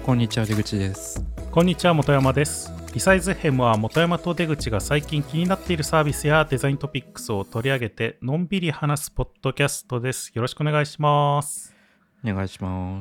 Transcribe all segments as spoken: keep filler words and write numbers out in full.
こんにちは、出口です。 こんにちは、本山です。リサイズヘムは本山と出口が最近気になっているサービスやデザイントピックスを取り上げてのんびり話すポッドキャストです。よろしくお願いします。 お願いします。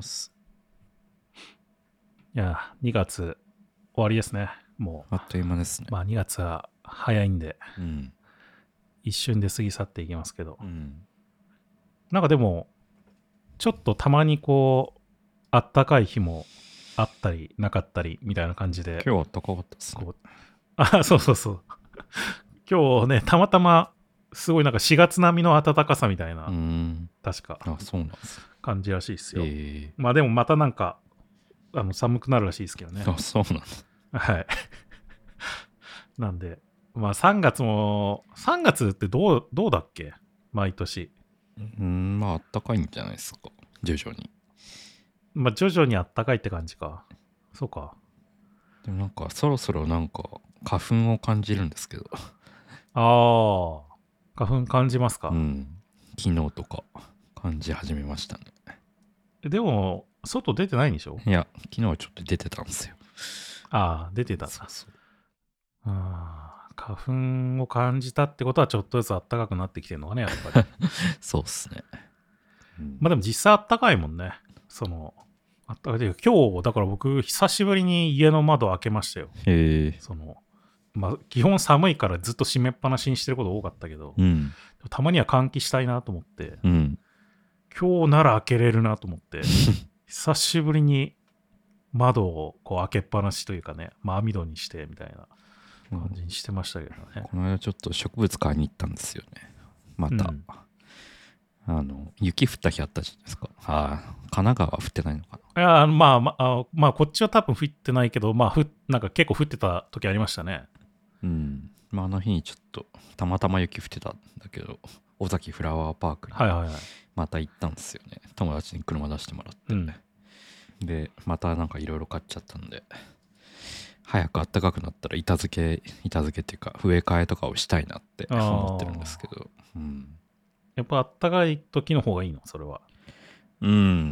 いや、にがつ終わりですね。もうあっという間ですね。 まあにがつは早いんで、 うん、 一瞬で過ぎ去っていきますけど、 うん、 なんかでもちょっとたまにこうあったかい日もあったりなかったりみたいな感じで、 今日は暖かかったですね。 こうあ、そうそうそう。今日ね、たまたますごいなんかしがつ並みの暖かさみたいな、 うーん。 確かあ、そうなんです。 感じらしいですよ。 えまあでもまたなんかあの寒くなるらしいですけどね。 ー、あ、そうなんだ。 はい。なんで、まあさんがつも、さんがつってどう、どうだっけ毎年。 うーん、まあ暖かいんじゃないですか。徐々に。 まあ徐々に暖かいって感じか。そうか。 でもなんかそろそろなんか花粉を感じるんですけど。 ああ、花粉感じますか。 うん。昨日とか感じ始めましたね。 でも、外出てないんでしょ。 いや、昨日はちょっと出てたんですよ。 ああ、出てたんだ。 そうそう。 あー花粉を感じたってことはちょっとずつ暖かくなってきてるのかね、やっぱり。 そうっすね。うん、 まあでも実際暖かいもんね。その、暖かいというか今日、だから僕、久しぶりに家の窓開けましたよ。 へえ。 その、まあ基本寒いからずっと閉めっぱなしにしてること多かったけど、 うん。 たまには換気したいなと思って、 うん。 今日なら開けれるなと思って、久しぶりに窓をこう開けっぱなしというかね、まあ網戸にしてみたいな感じにしてましたけどね。 この間ちょっと植物買いに行ったんですよね。また、うん、あの雪降った日あったじゃないですか。ああ、神奈川は降ってないのかな。いや、まあまあ、まあこっちは多分降ってないけど、まあふなんか結構降ってた時ありましたね。 うん。まああの日にちょっとたまたま雪降ってたんだけど、尾崎フラワーパークにまた行ったんですよね。友達に車出してもらって。うん、で、またなんかいろいろ買っちゃったんで。早く暖かくなったら板付け板付けっていうか植え替えとかをしたいなって思ってるんですけど、うん、 やっぱ暖かい時の方がいいのそれは。 うん、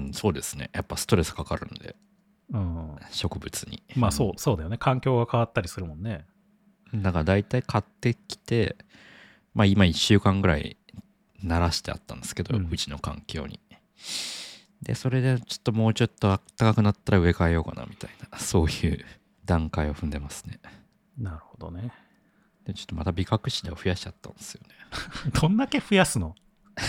そうですね。やっぱストレスかかるんで、 うん、 植物に。 まあそう、うん、そうだよね。環境が変わったりするもんね。 だから大体買ってきて、まあ今いっしゅうかんぐらい慣らしてあったんですけど、うん、うちの環境に。で、それでちょっともうちょっと暖かくなったら植え替えようかなみたいな、そういう段階を踏んでますね。 なるほどね。 で、ちょっとまたビカクシダを増やしちゃったんですよね。 どんだけ増やすの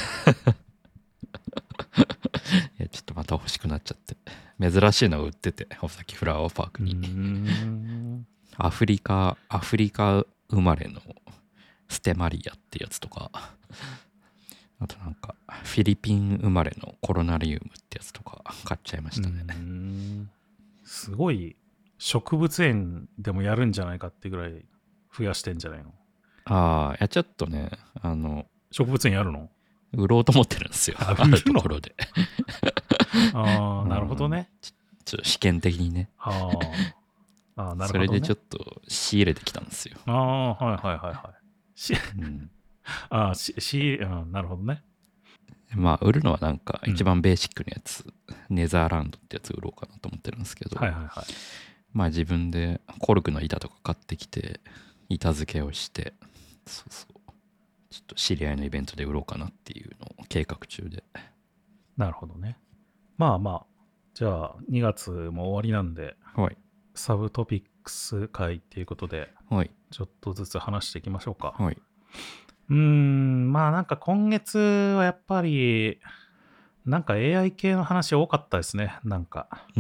いや、ちょっとまた欲しくなっちゃって。珍しいのを売ってて、尾崎フラワーパークに。うーんアフリカ、アフリカ生まれのステマリアってやつとか、あとなんか、フィリピン生まれのコロナリウムってやつとか買っちゃいましたね。うーんすごい植物園でもやるんじゃないかってぐらい増やしてんじゃないの。 ああ、いやちょっとね、あの、 植物園やるの売ろうと思ってるんですよ。あるところで。 ああ、なるほどね。 ちょちょっと試験的にね。 ああ、なるほどね。 それでちょっと仕入れてきたんですよ。 ああ、はいはいはいはい。し、うん、ああ、し、し、うん、なるほどね。 まあ、売るのはなんか一番ベーシックなやつ、うん、ネザーランドってやつ売ろうかなと思ってるんですけど、 はいはいはい。 まあ自分でコルクの板とか買ってきて、板付けをして、そうそう。ちょっと知り合いのイベントで売ろうかなっていうのを計画中で。 なるほどね。まあまあ、じゃあにがつも終わりなんで、 はい、 サブトピックス会っていうことで、 はい、 ちょっとずつ話していきましょうか。 はい、 うーん、まあなんか今月はやっぱり、なんか エーアイ 系の話多かったですね、なんか。 うん、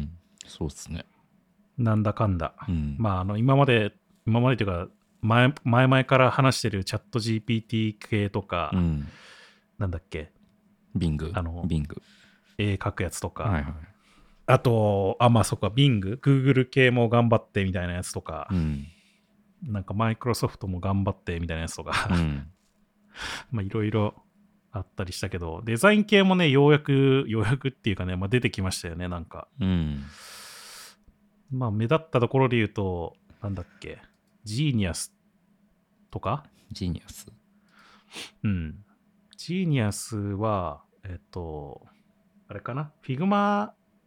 そうですね。 なんだかんだ。 うん、 まああの今まで、今までというか、前、前々から話してるチャット ジーピーティー 系とか、うん、なんだっけ。 ビングあの、 ビング。 絵描くやつとか。 はいはい。 あと、あ、まあそっか、Bing、Google 系も頑張ってみたいなやつとか、うん、なんかマイクロソフトも頑張ってみたいなやつとか、うん、まあいろいろあったりしたけど、デザイン系もね、ようやく、ようやくっていうかね、まあ出てきましたよね、なんか。うん、まあ目立ったところで言うと、なんだっけ、ジーニアスとかジーニアスうん。ジーニアスは、えっと、あれかな Figma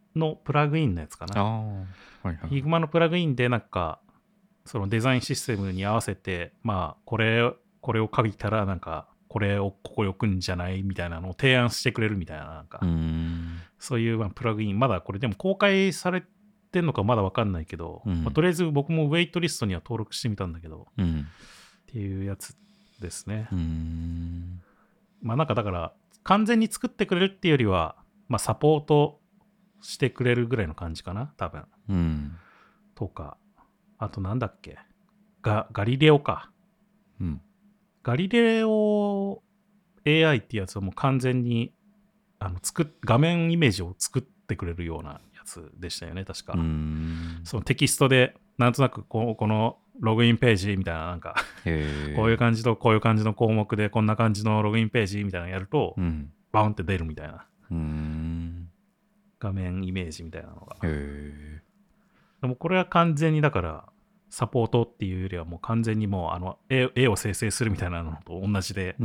のプラグインのやつかな。 あ、はいはい、 Figma のプラグインでなんかそのデザインシステムに合わせて、まあこれこれを書いたらなんかこれをここに置くんじゃないみたいなのを提案してくれるみたいな、なんかそういうまあプラグイン、まだこれでも公開されてんのかまだ分かんないけど、うん、まあ、とりあえず僕もウェイトリストには登録してみたんだけど、うん、っていうやつですね。うーん、まあなんかだから完全に作ってくれるっていうよりは、まあ、サポートしてくれるぐらいの感じかな多分、うん、とか、あとなんだっけ、ガガリレオか、うん、ガリレオ エーアイ ってやつはもう完全にあの作画面イメージを作ってくれるようなやつでしたよね確か。うーん、そのテキストでなんとなくここのログインページみたいな、なんかこういう感じとこういう感じの項目でこんな感じのログインページみたいなのやると、うん、バウンって出るみたいな、うーん、画面イメージみたいなのが。へでもこれは完全にだからサポートっていうよりはもう完全にもうあの 絵, 絵を生成するみたいなのと同じで、うん、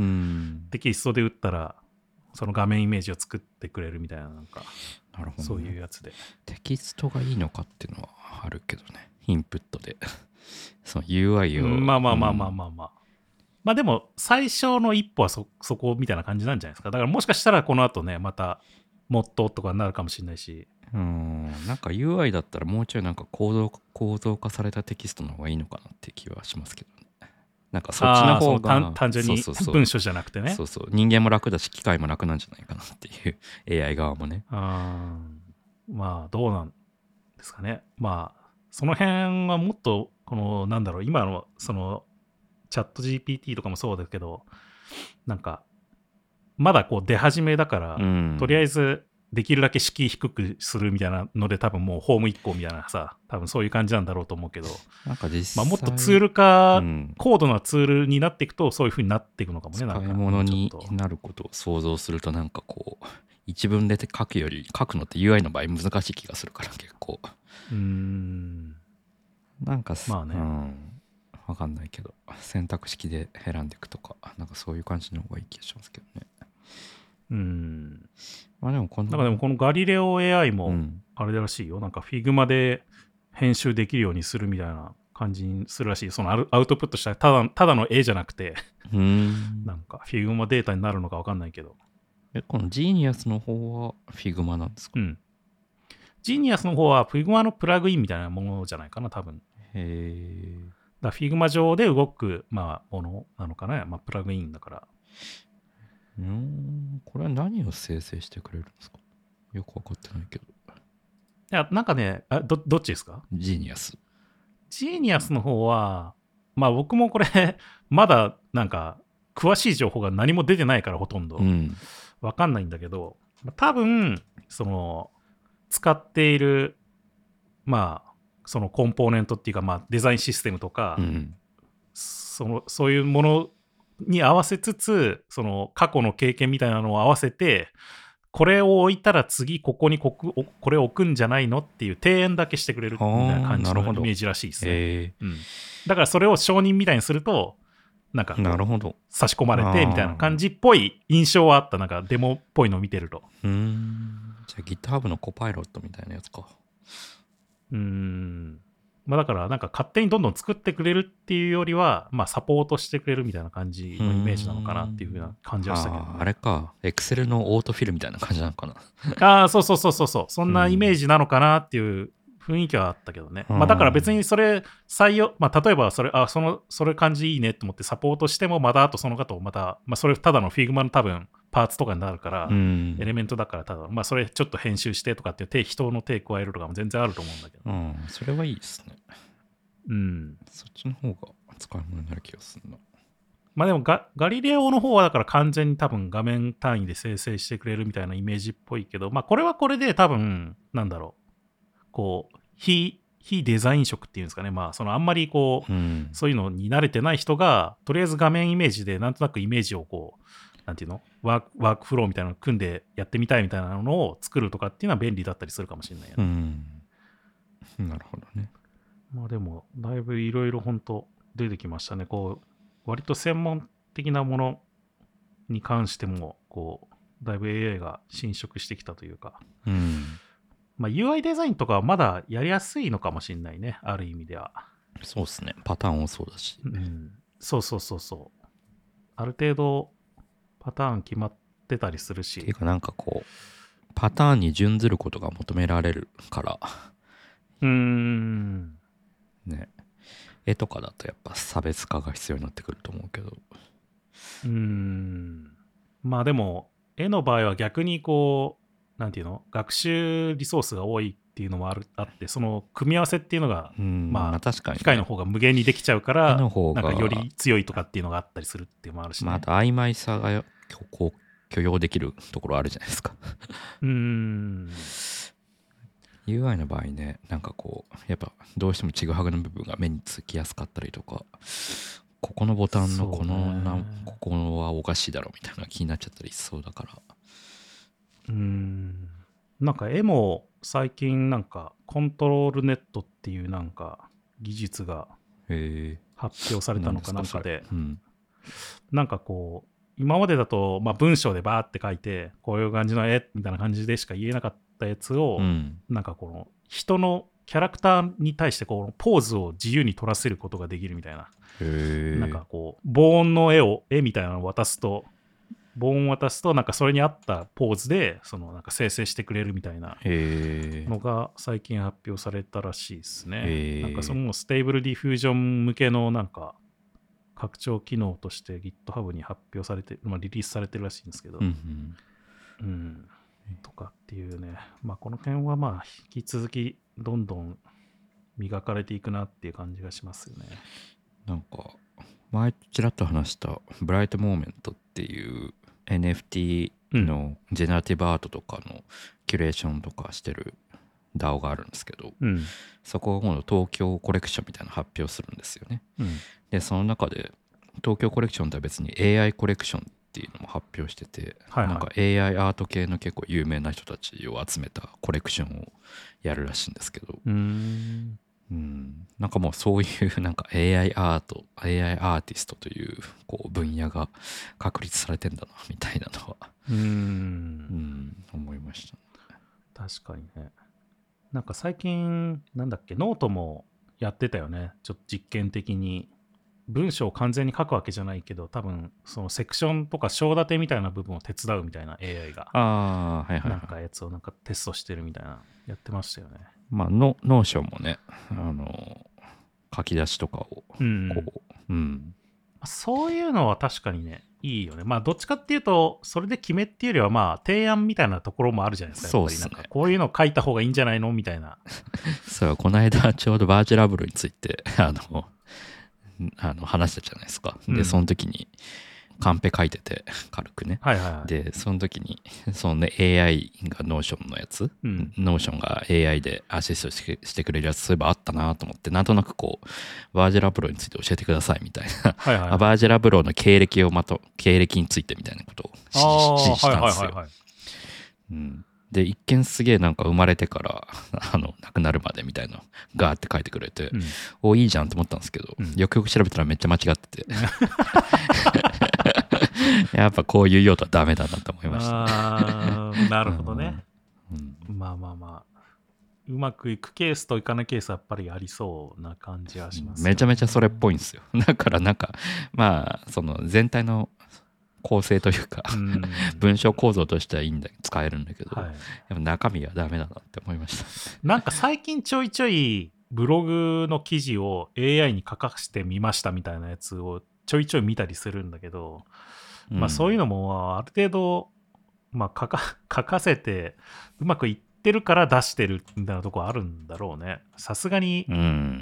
テキストで打ったらその画面イメージを作ってくれるみたいな、なんかなるほど、ね、そういうやつで。 テキストがいいのかっていうのはあるけどね、インプットでその ユーアイ を、うん、 まあまあまあまあまあまあ、うん、まあでも最初の一歩は そ, そこみたいな感じなんじゃないですか。だからもしかしたらこの後ねまたもっととかになるかもしれないし、 うん、なんか ユーアイ だったらもうちょいなんか構造構造化されたテキストの方がいいのかなって気はしますけどね。なんかそっちの方が単純に文章じゃなくてね、 そうそう人間も楽だし機械も楽なんじゃないかなっていう エーアイ 側もね。 あ、まあどうなんですかね。まあその辺はもっとこのなんだろう、今のそのチャット ジーピーティー とかもそうだけど、なんかまだこう出始めだから、うん、とりあえずできるだけ敷居低くするみたいなので多分もうホームいっこみたいなさ、多分そういう感じなんだろうと思うけど、 なんか実際、 まあ、もっとツール化、うん、高度なツールになっていくとそういう風になっていくのかもね。 使い物になることを想像するとなんかこう一文で書くより書くのって ユーアイ の場合難しい気がするから結構うーんなんかまあね、うん、分かんないけど選択式で選んでいくとかなんかそういう感じの方がいい気がしますけどね。 うん。 まあでもこのなんかでもこのガリレオ エーアイ もあれらしいよ、うん、なんか Figma で編集できるようにするみたいな感じにするらしい。そのアウトプットしたらただただの絵じゃなくてうんなんか Figma データになるのか分かんないけど。 えこの Genius の方は Figma なんですか？ うん。Genius の方は Figma のプラグインみたいなものじゃないかな多分。へー。だ Figma 上で動く、まあ、ものなのかな、まあ、プラグインだから。 うーん、これは何を生成してくれるんですか？よく分かってないけど。いや、なんかね、あ ど, どっちですか？ ジーニアス。 ジーニアスの方は、まあ僕もこれ、まだなんか、詳しい情報が何も出てないからほとんど。わかんないんだけど、うん、多分、その、使っている、まあ、そのコンポーネントっていうか、まあデザインシステムとか、うん、そのそういうものに合わせつつ、その過去の経験みたいなのを合わせて、これを置いたら次ここにこここれを置くんじゃないのっていう提案だけしてくれるみたいな感じのイメージらしいですね。えーうん、だからそれを承認みたいにするとなんかなるほど差し込まれてみたいな感じっぽい印象はあった。なんかデモっぽいのを見てると。 うーんじゃあ GitHub のコパイロットみたいなやつか。 うーんまあだからなんか勝手にどんどん作ってくれるっていうよりはまあサポートしてくれるみたいな感じのイメージなのかなっていう風な感じはしたけど、ね、 あ, あれか Excel のオートフィルみたいな感じなのかな。 ああそうそうそうそうそうそんなイメージなのかなっていう雰囲気はあったけどね、まあだから別にそれ採用、まあ例えばそれあそのそれ感じいいねと思ってサポートしてもまたあとその方またまあそれただの Figma の多分パーツとかになるから、エレメントだからただまあそれちょっと編集してとかっていう人の手加えるとかも全然あると思うんだけど、 うん、それはいいですね。 うん、 そっちの方が使い物になる気がするな。 まあでも ガ, ガリレオの方はだから完全に多分画面単位で生成してくれるみたいなイメージっぽいけど、まあこれはこれで多分なんだろうこう非非デザイン色っていうんですかね、まあそのあんまりこう、うん、そういうのに慣れてない人がとりあえず画面イメージでなんとなくイメージをこうなんていうのワーク、ワークフローみたいなのを組んでやってみたいみたいなのを作るとかっていうのは便利だったりするかもしれないよね。 うん、なるほどね。 まあでもだいぶいろいろ本当出てきましたね。こう割と専門的なものに関してもこうだいぶ エーアイ が侵食してきたというか、うん、 まあ、ユーアイ デザインとかはまだやりやすいのかもしれないね、ある意味では。 そうですね。パターンもそうだし。 うん。そうそうそうそう。ある程度パターン決まってたりするし。 っていうかなんかこう、パターンに準ずることが求められるから。 うーん。 ね。絵とかだとやっぱ差別化が必要になってくると思うけど。 うーん。まあでも、絵の場合は逆にこう、なんていうの、学習リソースが多いっていうのもあるあって、その組み合わせっていうのが、 うんまあ、 まあ確かにね機械の方が無限にできちゃうから、 絵の方がなんかより強いとかっていうのがあったりするっていうのもあるしね。 まあ、あと曖昧さがこう許容できるところあるじゃないですか。 うーん。 ユーアイ の場合ね、なんかこう、やっぱどうしてもちぐはぐの部分が目につきやすかったりとか、ここのボタンのこのな、ここはおかしいだろみたいな気になっちゃったりしそうだから。 うーん。なんか絵も最近なんかコントロールネットっていうなんか技術が発表されたのかなんかで、 うん、 なんかこう、今までだと、まあ、文章でバーって書いて、こういう感じの絵みたいな感じでしか言えなかったやつを、うん、なんかこの人のキャラクターに対してこうポーズを自由に取らせることができるみたいな。なんかこう、防音の絵を、絵みたいなのを渡すと、防音を渡すと、なんかそれに合ったポーズで、そのなんか生成してくれるみたいなのが最近発表されたらしいですね。なんかそのステーブルディフュージョン向けのなんか、拡張機能として GitHub に発表されて、まあ、リリースされてるらしいんですけど、うんうん、とかっていうね、まあ、この辺はまあ引き続きどんどん磨かれていくなっていう感じがしますよね。 なんか前ちらっと話したブライトモーメントっていう エヌエフティー のジェネラティブアートとかのキュレーションとかしてる ダオ があるんですけど、うん、そこが今度東京コレクションみたいなの発表するんですよね、うん、でその中で東京コレクションとは別に エーアイ コレクションっていうのも発表してて、はいはい、なんか エーアイ アート系の結構有名な人たちを集めたコレクションをやるらしいんですけど、うーんうん、なんかもうそういうなんか エーアイ アート エーアイ アーティストというこう分野が確立されてんだなみたいなのはうーん、うん、思いました。 確かにね。なんか最近なんだっけノートもやってたよね。ちょっと実験的に文章を完全に書くわけじゃないけど、多分そのセクションとか章立てみたいな部分を手伝うみたいな エーアイ が、 あー、はいはいはい、 なんかやつをなんかテストしてるみたいなやってましたよね。 まあノーションもね、あの書き出しとかをこう、うんうん、そういうのは確かにねいいよね。まあどっちかっていうとそれで決めっていうよりはまあ提案みたいなところもあるじゃないですか。やっぱりなんかこういうの書いた方がいいんじゃないのみたいな。 そうこの間ちょうどバーチャラブルについてあのあの話したじゃないですか。で、うん、その時にカンペ書いてて軽くね、はいはいはい、でその時にそのね エーアイ がノーションのやつ、うん、ノーションが エーアイ でアシストしてしてくれるやつそういえばあったなと思って、なんとなくこうバージェラブロについて教えてくださいみたいな、はいはいはい、バージェラブロの経歴をまと経歴についてみたいなことを指示したんですよ。で一見すげえなんか生まれてからあの亡くなるまでみたいなガーって書いてくれて、うん、おいいじゃんと思ったんですけど、うん、よくよく調べたらめっちゃ間違っててやっぱこういう用途はダメだなと思いました、ね、 あなるほどね、うんうん、まあまあまあうまくいくケースといかないケースはやっぱりありそうな感じはします、 ね、めちゃめちゃそれっぽいんですよ。だからなんかまあその全体の構成というか、うん、文章構造としてはいいんだ使えるんだけど、はい、やっぱ中身はダメだなって思いました。 なんか最近ちょいちょいブログの記事を エーアイ に書かせてみましたみたいなやつをちょいちょい見たりするんだけど、うん、まあそういうのもある程度、まあ、書か書かせてうまくいってるから出してるみたいなとこあるんだろうね。さすがに、うん、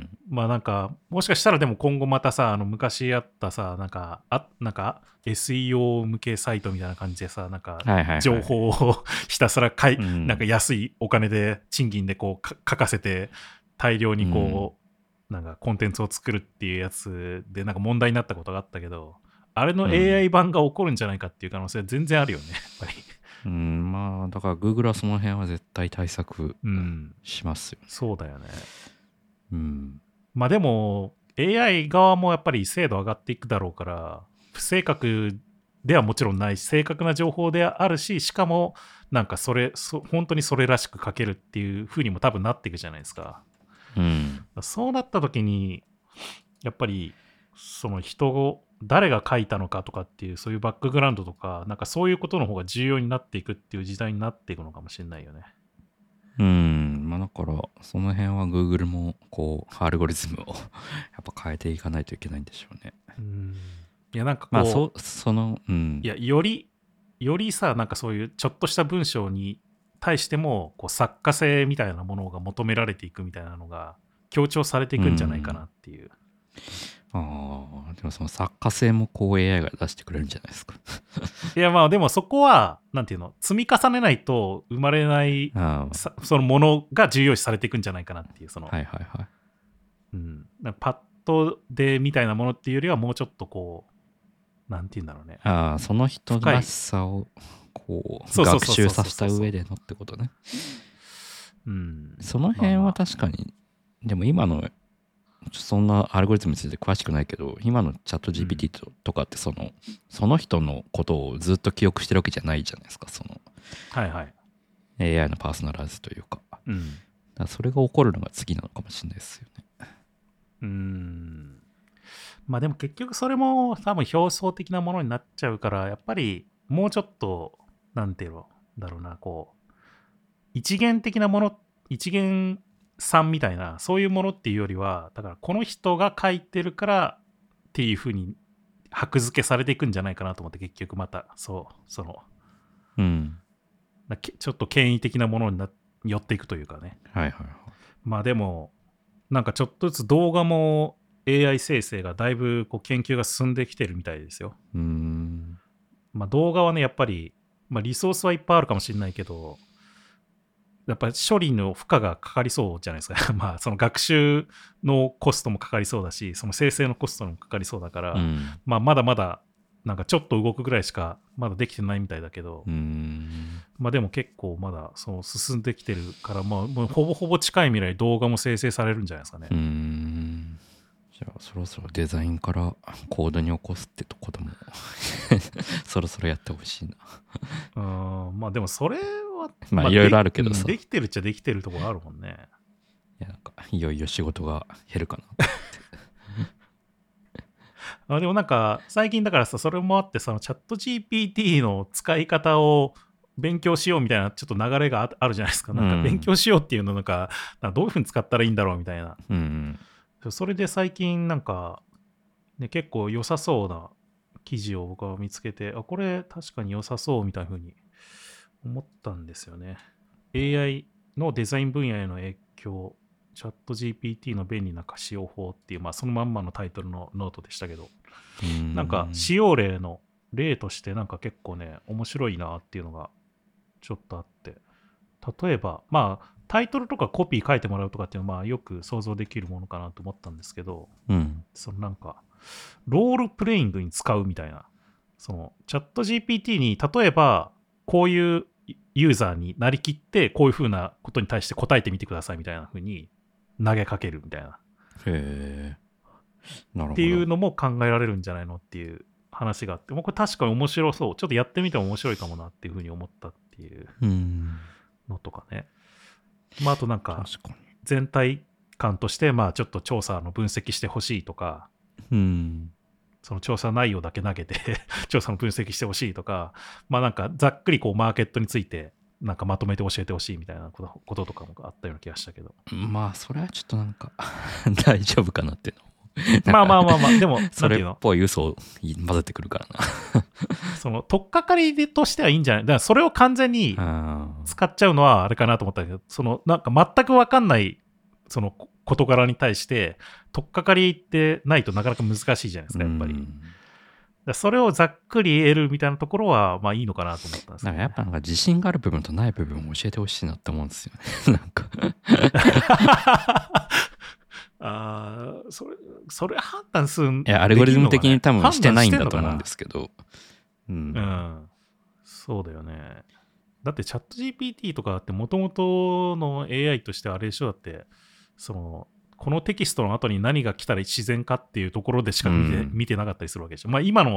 まあなんかもしかしたらでも今後またさあの昔あったさなんかあなんか エスイーオー 向けサイトみたいな感じでさなんか情報をひたすらかい、うん、なんか安いお金で賃金でこう書かせて大量にこう、うん、なんかコンテンツを作るっていうやつでなんか問題になったことがあったけど、あれの エーアイ 版が起こるんじゃないかっていう可能性は全然あるよね、やっぱり。 うん、まあだから Google はその辺は絶対対策しますよね、 うん、そうだよね。うん。まあでも エーアイ 側もやっぱり精度上がっていくだろうから不正確ではもちろんないし、正確な情報であるし、しかもなんかそれそ本当にそれらしく書けるっていう風にも多分なっていくじゃないですか。 うん、 そうなった時にやっぱりその人を誰が書いたのかとかっていうそういうバックグラウンドとかなんかそういうことの方が重要になっていくっていう時代になっていくのかもしれないよね。 うん、まあだからその辺は Google もこうアルゴリズムをやっぱ変えていかないといけないんでしょうね。 うん、いやなんかこう、 まあそその、うん、 いやよりよりさなんかそういうちょっとした文章に対してもこう作家性みたいなものが求められていくみたいなのが強調されていくんじゃないかなっていう。 うん、ああでもその作家性もこう エーアイ が出してくれるんじゃないですか。 いやまあでもそこはなんていうの積み重ねないと生まれないそのものが重要視されていくんじゃないかなっていうその、 はいはいはい、 うん、なんかパッとでみたいなものっていうよりはもうちょっとこうなんていうんだろうね。 ああその人らしさをこう学習させた上でのってことね。 うん、 その辺は確かに、まあまあ、でも今のそんなアルゴリズムについて詳しくないけど今のチャット ジーピーティー とかってその、うん、その人のことをずっと記憶してるわけじゃないじゃないですかその、 はいはい、 エーアイ のパーソナライズというか、 うん、 だからそれが起こるのが次なのかもしれないですよね。 うーんまあでも結局それも多分表層的なものになっちゃうからやっぱりもうちょっとなんていうのだろうなこう一元的なもの一元さんみたいなそういうものっていうよりはだからこの人が書いてるからっていう風に箔付けされていくんじゃないかなと思って結局またそうその、 うん、 ちょっと権威的なものにな寄っていくというかね。 はいはいはい。 まあでもなんかちょっとずつ動画も エーアイ 生成がだいぶこう研究が進んできてるみたいですよ。 うーんまあ動画はねやっぱり、まあ、リソースはいっぱいあるかもしれないけどやっぱり処理の負荷がかかりそうじゃないですか。まあその学習のコストもかかりそうだしその生成のコストもかかりそうだから、 うん、 まあまだまだなんかちょっと動くぐらいしかまだできてないみたいだけど、 うーんまあでも結構まだその進んできてるから、まあ、もうほぼほぼ近い未来動画も生成されるんじゃないですかね。 うーんじゃあそろそろデザインからコードに起こすってとこでもそろそろやってほしいな。 うんまあでもそれはまあいろいろあるけどさ、 まあ、で, できてるっちゃできてるところあるもんね。 いやなんかいよいよ仕事が減るかなってあでもなんか最近だからさそれもあってそのチャット ジーピーティー の使い方を勉強しようみたいなちょっと流れがあるじゃないですか。なんか勉強しようっていうのなんか、なんかどういうふうに使ったらいいんだろうみたいな、 うんうん、それで最近なんか、ね、結構良さそうな記事を僕は見つけてあこれ確かに良さそうみたいなふうに思ったんですよね。 エーアイ のデザイン分野への影響チャット ジーピーティー の便利な使用法っていう、まあ、そのまんまのタイトルのノートでしたけど、んなんか使用例の例としてなんか結構ね面白いなっていうのがちょっとあって、例えばまあタイトルとかコピー書いてもらうとかっていうのはまあよく想像できるものかなと思ったんですけど、 うん、 そのなんかロールプレイングに使うみたいな、そのチャット ジーピーティー に例えばこういうユーザーになりきってこういう風なことに対して答えてみてくださいみたいな風に投げかけるみたいな、 へえなるほどっていうのも考えられるんじゃないのっていう話があって、もうこれ確かに面白そう、ちょっとやってみても面白いかもなっていう風に思ったっていうのとかね。まああとなんか全体感としてまあちょっと調査の分析してほしいとか、 うん、 その調査内容だけ投げて調査の分析してほしいとか、まあなんかざっくりこうマーケットについてなんかまとめて教えてほしいみたいなこととかもあったような気がしたけど、 まあそれはちょっとなんか大丈夫かなっていうのまあまあまあまあでもそれっぽい嘘を混ぜてくるからなその取っかかりとしてはいいんじゃない、だからそれを完全に使っちゃうのはあれかなと思ったけど、そのなんか全く分かんないその事柄に対して取っかかりってないとなかなか難しいじゃないですかやっぱり。それをざっくり得るみたいなところはまあいいのかなと思ったんですけど、ね、 やっぱなんか自信がある部分とない部分を教えてほしいなって思うんですよねなんかあそれそれ判断するん、 ね、いやアルゴリズム的に多分してないんだと思うんですけど、 うん、うん、そうだよね。だってチャット ジーピーティー とかだってもともとの エーアイ としてあれでしょ、だってそのこのテキストの後に何が来たら自然かっていうところでしか見て、うん、見てなかったりするわけでしょ。まあ今の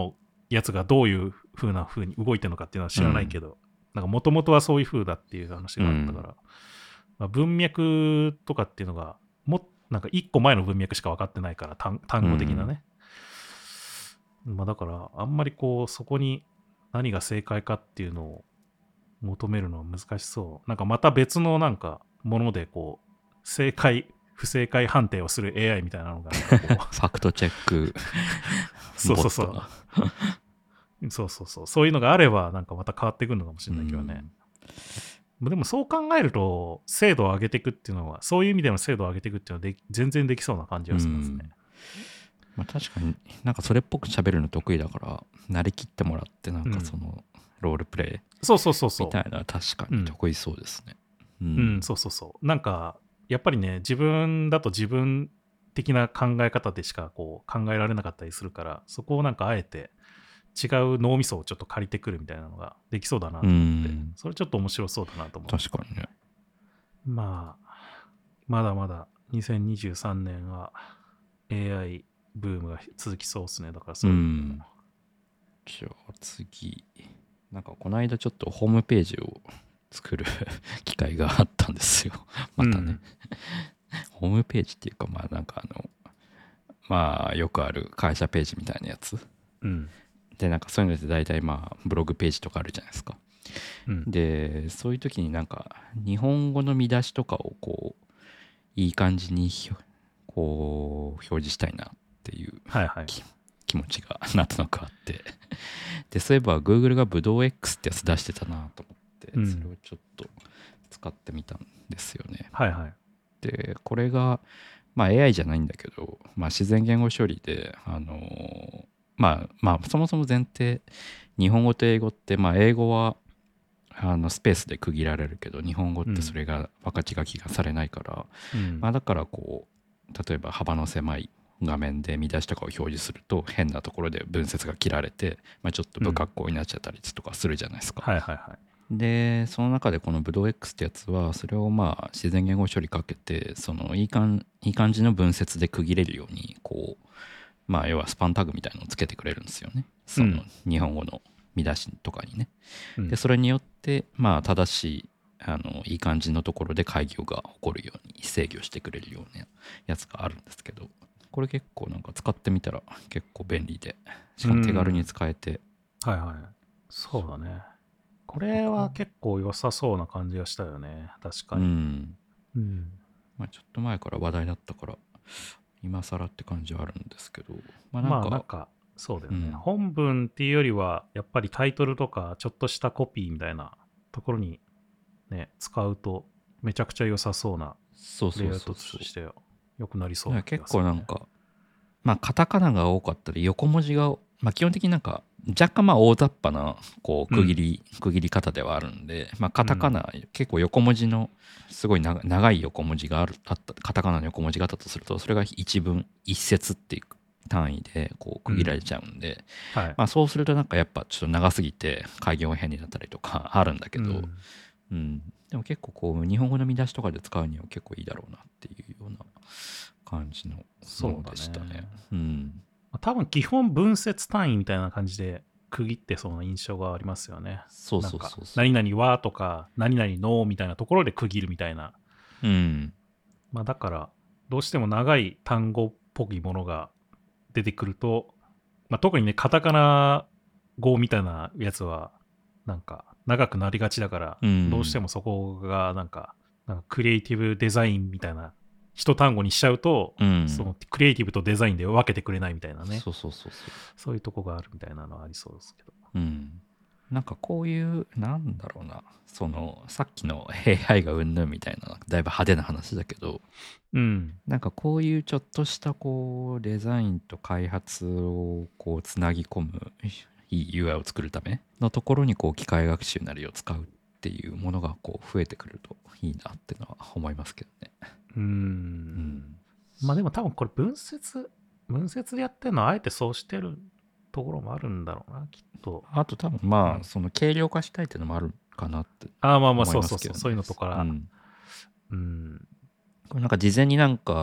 やつがどういう風な風に動いてるのかっていうのは知らないけど、うん、なんかもともとはそういう風だっていう話があったから、うん、まあ、文脈とかっていうのがもなんか一個前の文脈しか分かってないから、単語的なね、うん、まあ、だからあんまりこうそこに何が正解かっていうのを求めるのは難しそう。なんかまた別のなんかものでこう正解不正解判定をする エーアイ みたいなのがなんかこうファクトチェックそうそうそうそうそうそうそういうのがあればなんかまた変わってくるのかもしれないけどね、うん、でもそう考えると精度を上げていくっていうのはそういう意味での精度を上げていくっていうのはで全然できそうな感じがしますね、うん、 まあ、確かになんかそれっぽく喋るの得意だから慣れきってもらってなんかそのロールプレイそうそうそうそうみたいな確かに得意そうですね、 うん、うんうん、そうそうそうなんかやっぱりね自分だと自分的な考え方でしかこう考えられなかったりするからそこをなんかあえて違う脳みそをちょっと借りてくるみたいなのができそうだなと思ってそれちょっと面白そうだなと思って確かにねまあまだまだにせんにじゅうさんねんは エーアイ ブームが続きそうですねだからそういう、うん、 じゃあ次なんかこの間ちょっとホームページを作る機会があったんですよまたね、うん、ホームページっていうかまあなんかあのまあよくある会社ページみたいなやつ、うん、でなんかそういうのって大体まあブログページとかあるじゃないですか、うん、でそういう時になんか日本語の見出しとかをこういい感じにこう表示したいなっていう、はいはい、気持ちがなんとなくあってでそういえば Google がブドウ X ってやつ出してたなと思って、うん、それをちょっと使ってみたんですよね。 はいはい、 でこれが、まあ、エーアイ じゃないんだけど、まあ、自然言語処理で、あのーまあ、まあそもそも前提日本語と英語って、まあ、英語はあのスペースで区切られるけど日本語ってそれが分かち書きがされないから、うんまあ、だからこう例えば幅の狭い画面で見出しとかを表示すると変なところで文節が切られて、まあ、ちょっと不格好になっちゃったりとかするじゃないですか、 うんはいはいはい、 でその中でこのブドウ X ってやつはそれをまあ自然言語処理かけてそのいい感いい感じの文節で区切れるようにこうまあ要はスパンタグみたいなのをつけてくれるんですよねその日本語の見出しとかにね、うん、でそれによってまあ正しいあのいい感じのところで開業が起こるように制御してくれるようなやつがあるんですけどこれ結構なんか使ってみたら結構便利でしかも手軽に使えて、 うん、はいはいそうだねこれは結構良さそうな感じがしたよね確かに、うんうん、まあ、ちょっと前から話題だったから今更って感じはあるんですけどまあなんか、まあ、なんかそうだよね、うん、本文っていうよりはやっぱりタイトルとかちょっとしたコピーみたいなところにね使うとめちゃくちゃ良さそうなレイアウトとして良くなりそうな気がする、ね、 結構なんかまあカタカナが多かったり横文字が、まあ、基本的になんか若干まあ大雑把なこう区切り、うん、区切り方ではあるんで、まあ、カタカナ、うん、結構横文字のすごい長い横文字があるあったカタカナの横文字があったとするとそれが一文一節っていう単位でこう区切られちゃうんで、うんはいまあ、そうするとなんかやっぱちょっと長すぎて開業変になったりとかあるんだけど、うんうん、でも結構こう日本語の見出しとかで使うには結構いいだろうなっていうような感じのものでしたね。そうだね、うん多分基本文節単位みたいな感じで区切ってそうな印象がありますよね。 そうそうそうそう。 何々はとか何々のみたいなところで区切るみたいな。うん。まあだからどうしても長い単語っぽいものが出てくると、まあ、特にねカタカナ語みたいなやつはなんか長くなりがちだから、うん、どうしてもそこがなんかなんかクリエイティブデザインみたいな一単語にしちゃうと、うん、そのクリエイティブとデザインで分けてくれないみたいなね。 そうそうそうそう。 そういうとこがあるみたいなのはありそうですけど。 うん。なんかこういうなんだろうな、そのさっきの エーアイ がうんぬんみたいなだいぶ派手な話だけど、うん、なんかこういうちょっとしたこうデザインと開発をこうつなぎ込むいい ユーアイ を作るためのところにこう機械学習なりを使うっていうものがこう増えてくるといいなっていうのは思いますけどね。うーん、うん、まあでも多分これ分節分節でやってるのはあえてそうしてるところもあるんだろうなきっと。 あと多分まあ、うん、その軽量化したいっていうのもあるかなってああまあまあそうそうそうそういうのとか、うん、 うん、これなんか事前になんか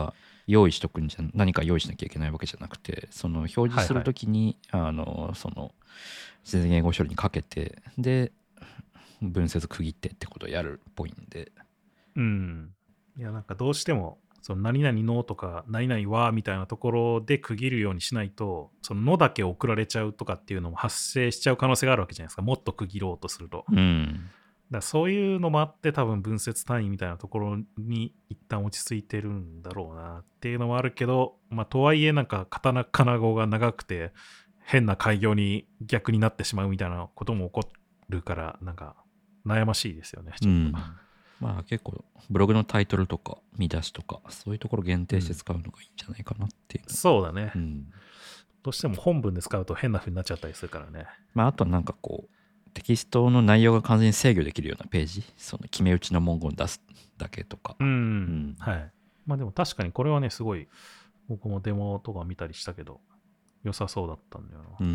用意しとくんじゃ何か用意しなきゃいけないわけじゃなくて、その表示するときに、はいはい、あのその自然言語処理にかけてで文節区切ってってことをやるっぽいんで。 うん。いやなんかどうしてもその何々のとか何々はみたいなところで区切るようにしないと、そののだけ送られちゃうとかっていうのも発生しちゃう可能性があるわけじゃないですか。もっと区切ろうとすると。 うん。 だそういうのもあって多分分節単位みたいなところに一旦落ち着いてるんだろうなっていうのもあるけど、まあとはいえなんかカタカナ語が長くて変な改行に逆になってしまうみたいなことも起こるからなんか悩ましいですよねちょっと、うん、 まあ結構ブログのタイトルとか見出しとかそういうところ限定して使うのがいいんじゃないかなっていう、 うん、そうだね、 うん、 どうしても本文で使うと変な風になっちゃったりするからね。 まああとはなんかこうテキストの内容が完全に制御できるようなページ、その決め打ちの文言を出すだけとか。 うん、うん、はい。まあでも確かにこれはね、すごい、僕もデモとか見たりしたけど、良さそうだったんだよな。 うん。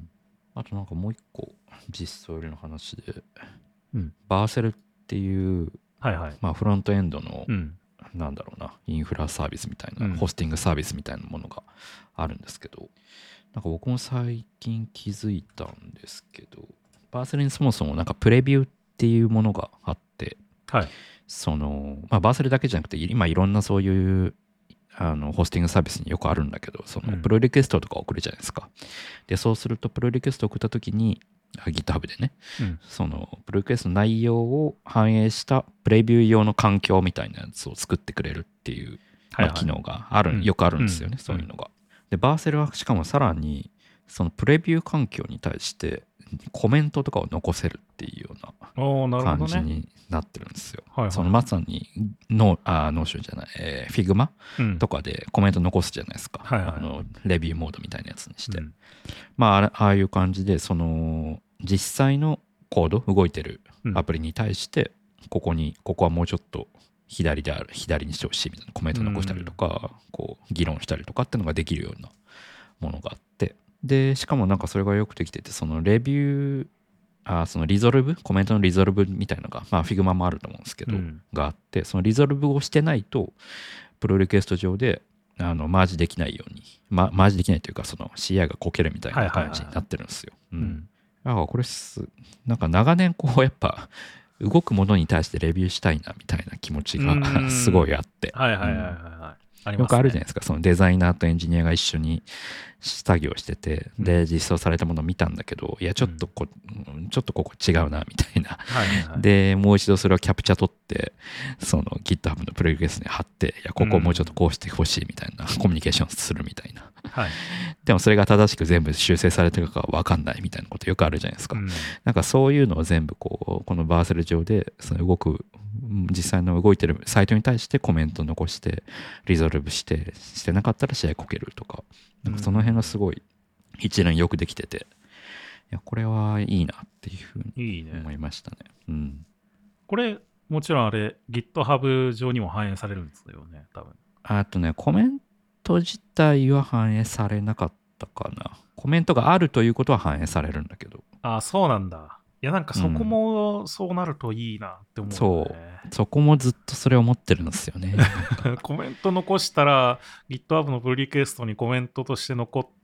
あとなんかもう一個、実装よりの話で、 うん、 バーセルっていう、 はいはい。 まあフロントエンドの、 うん、 なんだろうな、インフラサービスみたいな、 うん、 ホスティングサービスみたいなものがあるんですけど、なんか僕も最近気づいたんですけど、バーセルにそもそもなんかプレビューっていうものがあって、 はい、 その、まあ、バーセルだけじゃなくて今いろんなそういうあのホスティングサービスによくあるんだけど、そのプロリクエストとか送るじゃないですか、うん、でそうするとプロリクエスト送った時に GitHub でね、うん、そのプロリクエストの内容を反映したプレビュー用の環境みたいなやつを作ってくれるっていう、まあ、機能がある、はいはい、よくあるんですよね、うん、そういうのが。でバーセルはしかもさらにそのプレビュー環境に対してコメントとかを残せるっていうような感じになってるんですよ。ね、はいはい、そのまさにノー、ノーションじゃない、えー、フィグマ、うん、とかでコメント残すじゃないですか、はいはい、あのレビューモードみたいなやつにして、うん、まあああいう感じでその実際のコード動いてるアプリに対して、うん、ここにここはもうちょっと左である左にしてほしいみたいなコメント残したりとか、うん、こう議論したりとかっていうのができるようなものがあって、でしかもなんかそれがよくできてて、そのレビューあそのリゾルブコメントのリゾルブみたいなのがまあ Figma もあると思うんですけど、うん、があって、そのリゾルブをしてないとプロリクエスト上であのマージできないように、ま、マージできないというかその シーアイ がこけるみたいな感じになってるんですよ。だからこれすなんか長年こうやっぱ動くものに対してレビューしたいなみたいな気持ちがすごいあって、 はいはいはいはい、 よくあるじゃないですか、そのデザイナーとエンジニアが一緒に作業してて、で実装されたものを見たんだけど、いやちょっとこ、うん、ちょっとここ違うなみたいな、はいはいはい、でもう一度それをキャプチャ取ってその GitHub のプロリクエストに貼って、いやここもうちょっとこうしてほしいみたいな、うん、コミュニケーションするみたいな、はい、でもそれが正しく全部修正されてるか分かんないみたいなことよくあるじゃないですか、うん、なんかそういうのを全部こうこのバーセル上でその動く実際の動いてるサイトに対してコメント残してリゾルブしてしてなかったら試合こけるとか、なんかその辺がすごい一連よくできてて、いやこれはいいなっていうふうに思いましたね。いいね、うん、 これもちろんあれ GitHub 上にも反映されるんですよね多分。 あとねコメント自体は反映されなかったかな。コメントがあるということは反映されるんだけど。 ああそうなんだ。いやなんかそこもそうなるといいなって思う、ね、 そうそこもずっとそれを思ってるんですよね。 コメント残したら GitHub のプロリクエストにコメントとして残って、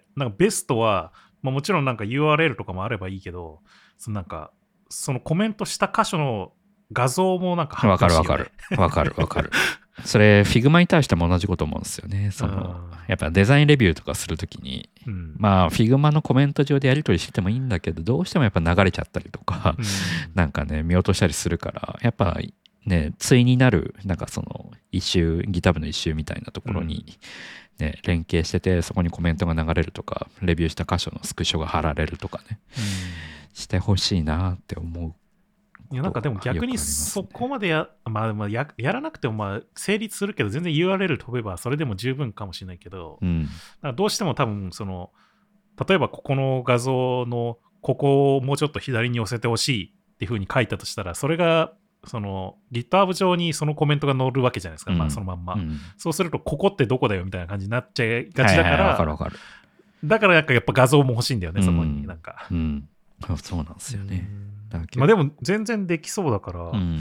なんかベストは、まあ、もちろんなんか ユーアールエル とかもあればいいけど、そのなんかそのコメントした箇所の画像もなんかわかるわかるわかるわかる。それ Figma に対しても同じこと思うんですよね。そのやっぱデザインレビューとかするときに、うん、まあ Figma のコメント上でやり取りしててもいいんだけど、どうしてもやっぱ流れちゃったりとか、うん、なんかね見落としたりするから、やっぱね対になるなんかその一周 GitHub の一周みたいなところに、ね、連携してて、そこにコメントが流れるとか、レビューした箇所のスクショが貼られるとかね、うん、してほしいなって思う。 いやなんかでも逆にそこまで や,、まあ、まあ や, やらなくてもまあ成立するけど、全然 ユーアールエル 飛べばそれでも十分かもしれないけど、うん、だからどうしても多分その例えばここの画像のここをもうちょっと左に寄せてほしいっていう風に書いたとしたら、それがその GitHub 上にそのコメントが載るわけじゃないですか、うん、まあ、そのまんま、うん、そうするとここってどこだよみたいな感じになっちゃいがちだから、はいはいはい、わかるわかる。だからなんかやっぱ画像も欲しいんだよね、そこになんか、 うんうん、そうなんですよね。 まあでも全然できそうだから、うん、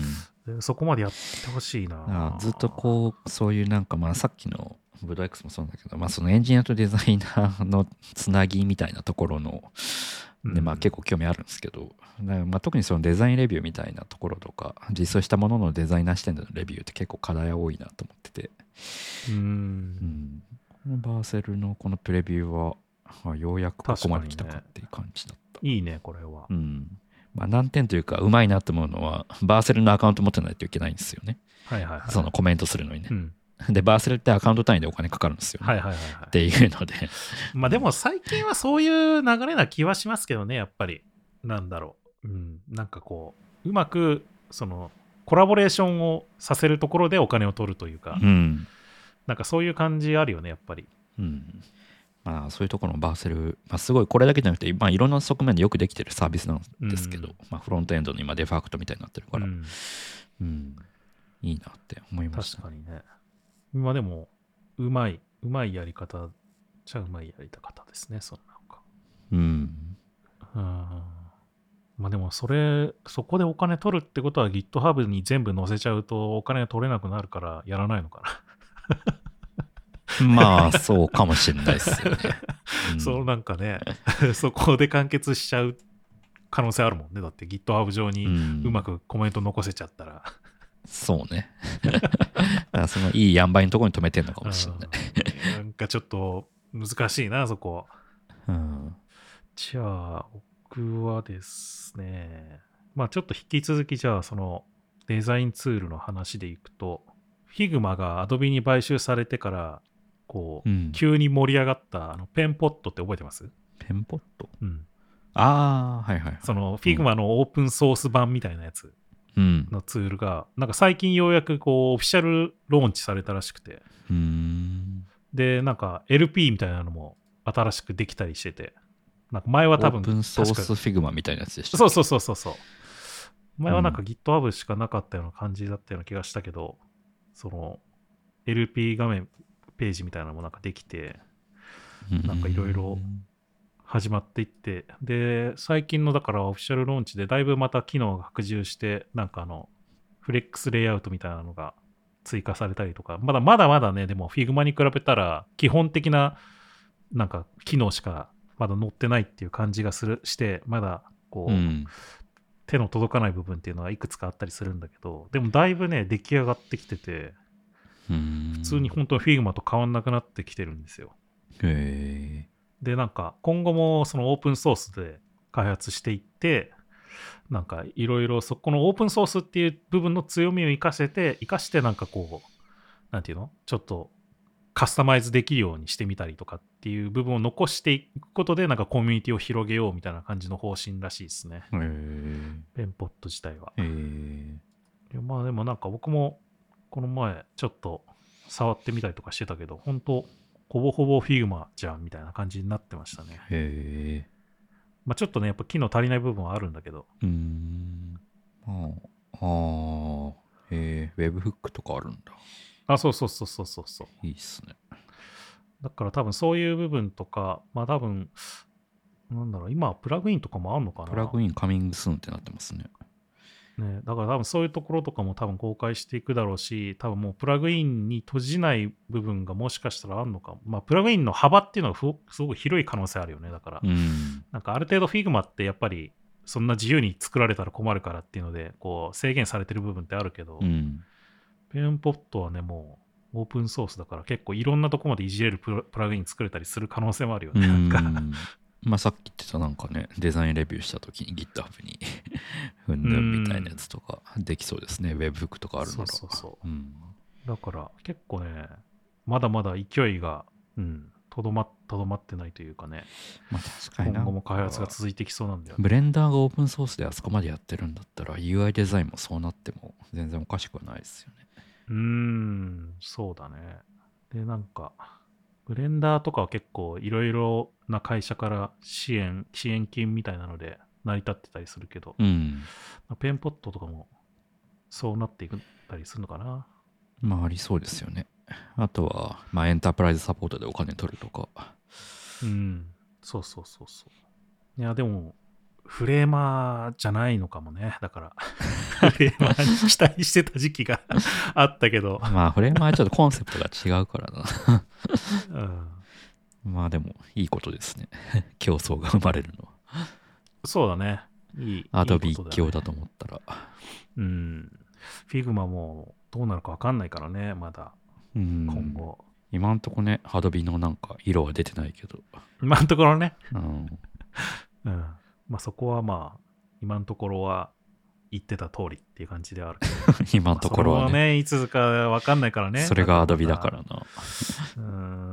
そこまでやってほしいな。 ずっとこうそういうなんかまあさっきのブドウ X もそうだけど、まあ、そのエンジニアとデザイナーのつなぎみたいなところので、まあ、結構興味あるんですけど、まあ、特にそのデザインレビューみたいなところとか実装したもののデザイナー視点でのレビューって結構課題多いなと思ってて、 うん、 うん、バーセルのこのプレビューは、まあ、ようやくここまで来たかっていう感じだった。 いいねこれは。 うん、まあ、難点というかうまいなと思うのはバーセルのアカウント持ってないといけないんですよね。 はいはいはい、 そのコメントするのにね。 うん、 でバーセルってアカウント単位でお金かかるんですよ、ね。 はいはいはいはい、 っていうのでまあでも最近はそういう流れな気はしますけどね、やっぱり。なんだろう。うん。なんかこう、うまく、その、コラボレーションをさせるところでお金を取るというか、 うん、 なんかそういう感じあるよね、やっぱり。 うん。まあそういうところのバーセル、まあ、すごいこれだけじゃなくて、まあいろんな側面でよくできてるサービスなんですけど、うん、まあフロントエンドの今デファクトみたいになってるから、うん、うん、いいなって思いました。 確かにね。今でも、うまい、うまいやり方じゃうまいやり方ですね、そんなんか。 うん。 うんまあでもそれ、そこでお金取るってことは GitHub に全部載せちゃうとお金取れなくなるからやらないのかな。まあそうかもしれないですよね。 うん、そうなんかね、そこで完結しちゃう可能性あるもんね。だって GitHub 上にうまくコメント残せちゃったら。うん、 そうね。だからそのいい塩梅のところに止めてんのかもしれない。 なんかちょっと難しいな、そこ。 うん、じゃあ、僕はですね、まあちょっと引き続きじゃあそのデザインツールの話でいくと、Figma が Adobe に買収されてからこう、うん、急に盛り上がったあのペンポットって覚えてます？ ペンポット？ うん。 ああ、はいはい、はい。 その Figma のオープンソース版みたいなやつのツールが、うん、なんか最近ようやくこうオフィシャルローンチされたらしくて、 うーんでなんか エルピー みたいなのも新しくできたりしてて、なんか前は多分オープンソース Figma みたいなやつでした。 そうそうそうそうそう。前はなんか GitHub しかなかったような感じだったような気がしたけど、その エルピー 画面ページみたいなのもなんかできて、なんかいろいろ始まっていって、で最近のだからオフィシャルローンチでだいぶまた機能が拡充して、なんかあのフレックスレイアウトみたいなのが追加されたりとか、まだまだまだね、でも Figma に比べたら基本的ななんか機能しかまだ載ってないっていう感じがするして、まだこう、うん、手の届かない部分っていうのはいくつかあったりするんだけど、でもだいぶね出来上がってきてて、 うん普通に本当に Figma と変わんなくなってきてるんですよ。 へー。でなんか今後もそのオープンソースで開発していって、なんかいろいろそこのオープンソースっていう部分の強みを生かせて生かしてなんかこうなんていうのちょっとカスタマイズできるようにしてみたりとかっていう部分を残していくことでなんかコミュニティを広げようみたいな感じの方針らしいですね。 へーペンポット自体は。 へーまあでもなんか僕もこの前ちょっと触ってみたりとかしてたけど、本当ほぼほぼ Figma じゃんみたいな感じになってましたね。 へーまあちょっとねやっぱ機能足りない部分はあるんだけど。 うーんああへえ Webhook とかあるんだ。 あ、そうそうそうそうそうそう。 いいっすね。 だから多分そういう部分とか、まあ多分、なんだろう、今はプラグインとかもあるのかな。 プラグインカミングスーンってなってますね。 ね、だから多分そういうところとかも多分公開していくだろうし、多分もうプラグインに閉じない部分がもしかしたらあるのか。まあプラグインの幅っていうのがすごく広い可能性あるよね。だから、 うん、 なんかある程度 Figma ってやっぱりそんな自由に作られたら困るからっていうので、こう制限されてる部分ってあるけど、 うん、 ペンポットはね、もう、オープンソースだから結構いろんなとこまでいじれるプラグイン作れたりする可能性もあるよね。なんかまあさっき言ってたなんかねデザインレビューした時に GitHub にふんぬんみたいなやつとかできそうですね。Webhook とかあるなら。 そうそうそう、うん、だから結構ねまだまだ勢いがうんとどまとどまってないというかね。 まあ確かに今後も開発が続いてきそうなんだよね。 ブレンダーがオープンソースであそこまでやってるんだったら ユーアイ デザインもそうなっても全然おかしくはないですよね。 うーん、そうだね。で、なんか、ブレンダーとかは結構いろいろな会社から支援、支援金みたいなので成り立ってたりするけど、 うんまあ、ペンポットとかもそうなっていったりするのかな。 まあありそうですよね。あとは、まあエンタープライズサポートでお金取るとか。 うん、そうそうそうそう。いや、でも、フレーマーじゃないのかもね。だからフレーマーに期待してた時期があったけど。 まあフレーマーはちょっとコンセプトが違うからな。うん、まあでもいいことですね。競争が生まれるのは。 そうだね。いい。 アドビ一強だと思ったら。 うん。フィグマもどうなるか分かんないからね、まだ。うん、今後。 今んとこね、アドビのなんか色は出てないけど。 今んところね。 うん。 うん。まあそこはまあ、今んところは言ってた通りっていう感じではあるけど。 今のところはね。 まあそれはね、いつか分かんないからね。 それがアドビだからな。 うん。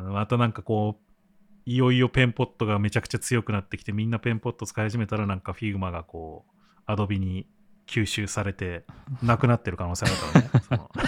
またなんかこう、いよいよペンポットがめちゃくちゃ強くなってきて、みんなペンポット使い始めたらなんかフィグマがこう、アドビに吸収されて、なくなってる可能性あるからね。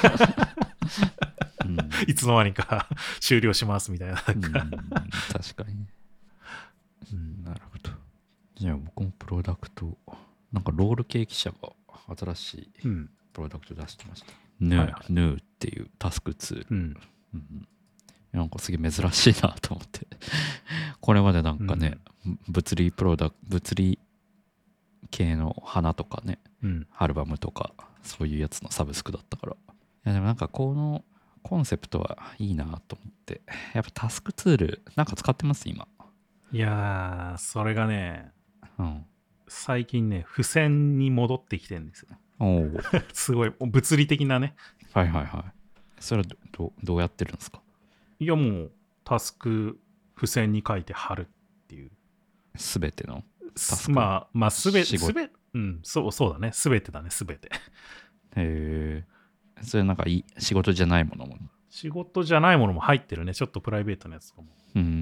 うん、いつの間にか終了しますみたいな。うん、確かに、うん。なるほど。じゃあ僕もプロダクト、なんかロールケーキ社が新しいプロダクト出してました。うん、ヌー、はいはい、ヌーっていうタスクツール。うんうん、なんかすげえ珍しいなと思って。これまでなんかね、うん、物理プロダクト、物理系の花とかね、うん、アルバムとか、そういうやつのサブスクだったから。いやでもなんかこのコンセプトはいいなと思って。やっぱタスクツール、なんか使ってます今。 いやー、それがね、うん、最近ね、付箋に戻ってきてるんですよ。おすごい、物理的なね。 はいはいはい。それは ど, どうやってるんですか？ いやもう、タスク、付箋に書いて貼るっていう。 すべてのタスク？ まあ、まあ、すべて、すべ、うん、そう、そうだね。すべてだね、すべて。 へえ。それなんかいい仕事じゃないものも。 仕事じゃないものも入ってるね。ちょっとプライベートなやつとかも。うーん、うん。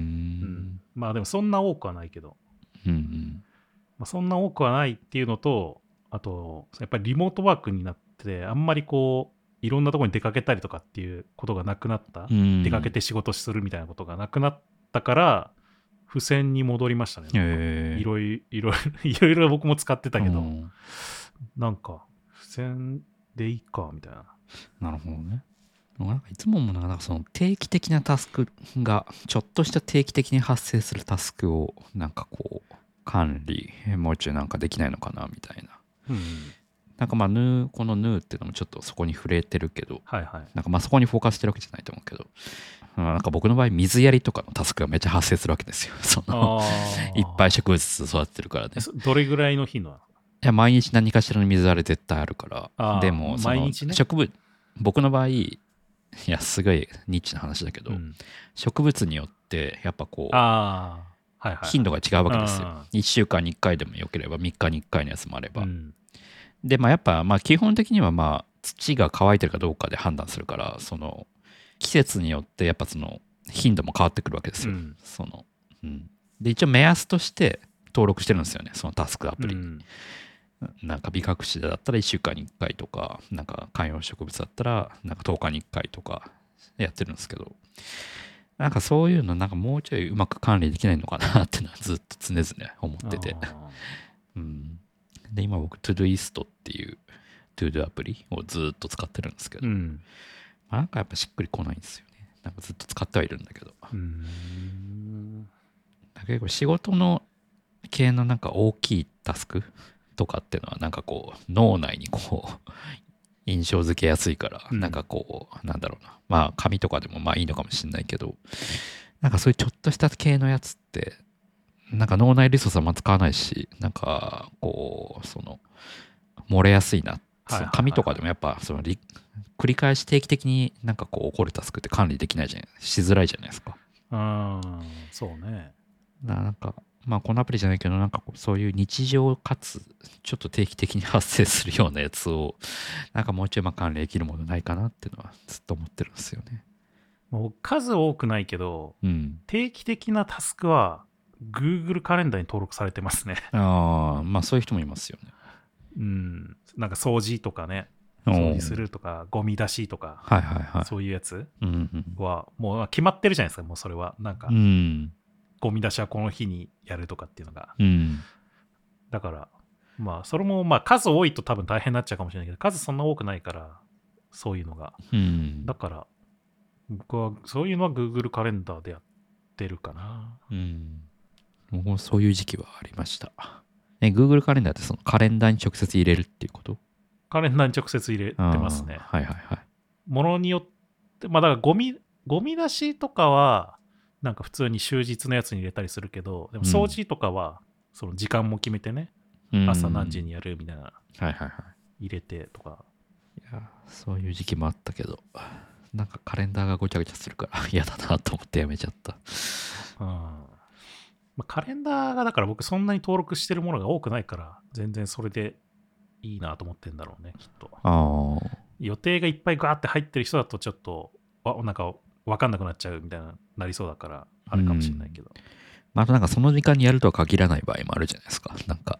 まあでもそんな多くはないけど。うんうん。まあ、そんな多くはないっていうのと、あと、やっぱりリモートワークになって、あんまりこう、いろんなところに出かけたりとかっていうことがなくなった。出かけて仕事するみたいなことがなくなったから、付箋に戻りましたね。いろいろ、いろいろいろ僕も使ってたけど、うん、なんか、付箋でいいか、みたいな。 なるほどね。なんかいつももなんかその定期的なタスクが、ちょっとした定期的に発生するタスクを、なんかこう、管理、もうちょいなんかできないのかな、みたいな。うん、なんかまあ、ヌー、このヌーっていうのもちょっとそこに触れてるけど、はいはい、なんかまあそこにフォーカスしてるわけじゃないと思うけど、なんか僕の場合水やりとかのタスクがめっちゃ発生するわけですよ。そのいっぱい植物育ってるからね。 どれぐらいの日の？ いや毎日何かしらの水やり絶対あるから。でもその毎日、ね、植物僕の場合いやすごいニッチな話だけど、うん、植物によってやっぱこう、はいはい、頻度が違うわけですよ。いっしゅうかんにいっかいでもよければみっかにいっかいのやつもあれば。うん、でまあやっぱまあ基本的にはまあ土が乾いてるかどうかで判断するから、その季節によってやっぱその頻度も変わってくるわけですよ。うん、そのうん、で一応目安として登録してるんですよね、そのタスクアプリ。うん、なんか美隠しだったらいっしゅうかんにいっかいとか、なんか観葉植物だったらなんかとおかにいっかいとかやってるんですけど、なんかそういうのなんかもうちょいうまく管理できないのかなってのはずっと常々思ってて、うん、で今僕 Todoist っていうトゥードゥアプリをずっと使ってるんですけど、うん、まあ、なんかやっぱしっくりこないんですよね。なんかずっと使ってはいるんだけど、うーんだけど仕事の系のなんか大きいタスクとかっていうのはなんかこう脳内にこう印象付けやすいから、うん、なんかこうなんだろうな、まあ紙とかでもまあいいのかもしれないけど、なんかそういうちょっとした系のやつってなんか脳内リソースはあんま使わないし、なんかこうその漏れやすいな。その紙とかでもやっぱその繰り返し定期的になんかこう起こるタスクって管理できないじゃないしづらいじゃないですか。 うん、そうね。 なんかまあこのアプリじゃないけど、なんかこうそういう日常かつちょっと定期的に発生するようなやつをなんかもうちょいまあ管理できるものないかなっていうのはずっと思ってるんですよね。 もう数多くないけど、うん、定期的なタスクは Google カレンダーに登録されてますね。 ああ、まあそういう人もいますよね。 うん、なんか掃除とかね、掃除するとかゴミ出しとか、はいはいはい、そういうやつはもう決まってるじゃないですか。もうそれはなんか、うん、ゴミ出しはこの日にやるとかっていうのが、うん、だからまあそれもまあ数多いと多分大変になっちゃうかもしれないけど、数そんな多くないからそういうのが、うん、だから僕はそういうのは Google カレンダーでやってるかな。 うん、僕もそういう時期はありました。え、Google カレンダーってそのカレンダーに直接入れるっていうこと？ カレンダーに直接入れてますね。 はいはいはい。 ものによって、まあだからゴミ、ゴミ出しとかは、なんか普通に終日のやつに入れたりするけど、でも掃除とかは、その時間も決めてね、うん、朝何時にやるみたいな、 はいはいはい。 入れてとか。 いや、そういう時期もあったけど、なんかカレンダーがごちゃごちゃするから嫌だなと思ってやめちゃった。 うん。まあ、カレンダーがだから僕そんなに登録してるものが多くないから、全然それでいいなと思ってんだろうね、きっと。 ああ。 予定がいっぱいガーって入ってる人だとちょっと、わなんか分かんなくなっちゃうみたいななりそうだから、あれかもしれないけど。 まあ、あとなんかその時間にやるとは限らない場合もあるじゃないですか。なんか